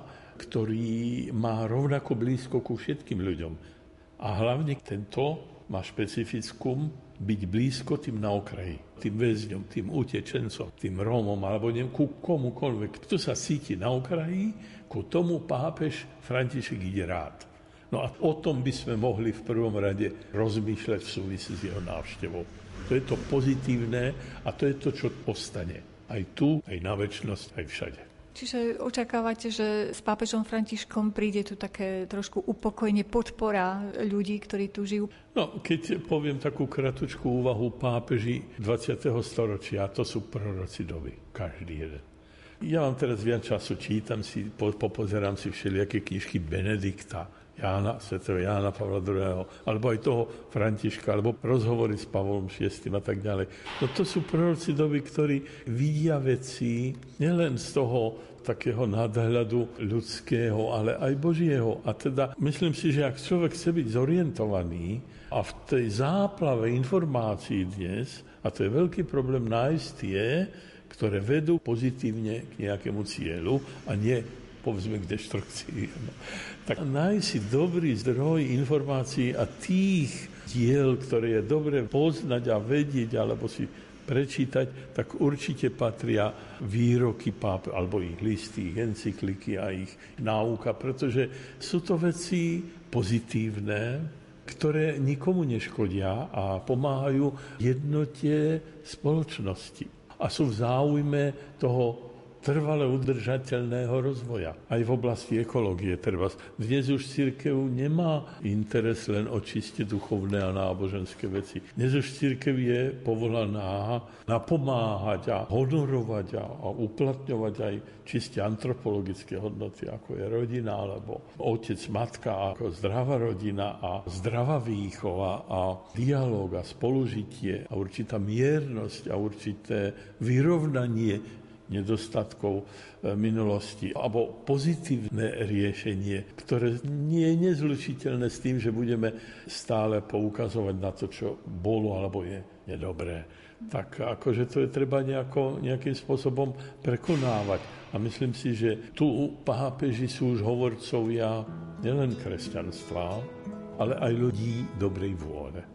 ktorý má rovnako blízko ku všetkým ľuďom. A hlavne tento má špecifickum byť blízko tým na okraji, tým väzňom, tým utečencom, tým Rómom, alebo neviem, ku komukoľvek. Kto sa cíti na okraji, ku tomu pápež František ide rád. No a o tom by sme mohli v prvom rade rozmýšľať v súvisí s jeho návštevou. To je to pozitívne a to je to, čo ostane. Aj tu, aj na večnosť, aj všade. Čiže očakávate, že s pápežom Františkom príde tu také trošku upokojne podpora ľudí, ktorí tu žijú? No, keď poviem takú kratučkú úvahu, pápeži 20. storočia, to sú proroci doby, každý jeden. Ja mám teraz viac času, čítam si, popozerám si všelijaké knižky Benedikta, svätého Jána Pavla II, alebo aj toho Františka, alebo rozhovory s Pavlom VI a tak ďalej. No to sú proroci doby, ktorí vidia veci nielen z toho takého nadhľadu ľudského, ale aj Božieho. A teda myslím si, že ak človek chce byť zorientovaný a v tej záplave informácií dnes, a to je veľký problém nájsť tie, ktoré vedú pozitívne k nejakému cieľu a nie povedzme k deštrukcii. Tak nájsť si dobrý zdroj informácií a tých diel, ktoré je dobre poznať a vedieť, alebo si prečítať, tak určite patria výroky pápe, alebo ich listy, ich encykliky a ich náuka, pretože sú to veci pozitívne, ktoré nikomu neškodia a pomáhajú jednote spoločnosti. A sú v záujme toho trvale udržateľného rozvoja. Aj v oblasti ekológie treba. Dnes už cirkev nemá interes len o čiste duchovné a náboženské veci. Dnes už cirkev je povolaná napomáhať a honorovať a uplatňovať aj čiste antropologické hodnoty, ako je rodina, alebo otec, matka, ako zdravá rodina a zdravá výchova a dialóg a spolužitie a určitá miernosť a určité vyrovnanie nedostatkov minulosti, alebo pozitívne riešenie, ktoré nie je nezlučiteľné s tým, že budeme stále poukazovať na to, čo bolo alebo je nedobré. Tak akože to je treba nejakým spôsobom prekonávať. A myslím si, že tu pápeži sú už hovorcovia nielen kresťanstva, ale aj ľudí dobrej vôle.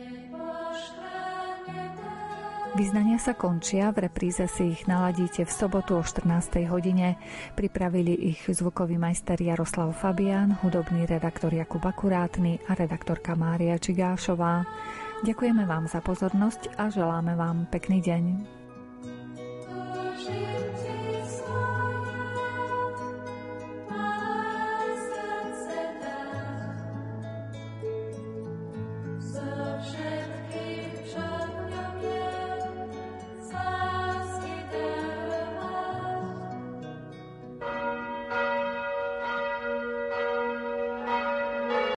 Vyznania sa končia, v repríze si ich naladíte v sobotu o 14. hodine. Pripravili ich zvukový majster Jaroslav Fabián, hudobný redaktor Jakub Akurátny a redaktorka Mária Čigášová. Ďakujeme vám za pozornosť a želáme vám pekný deň.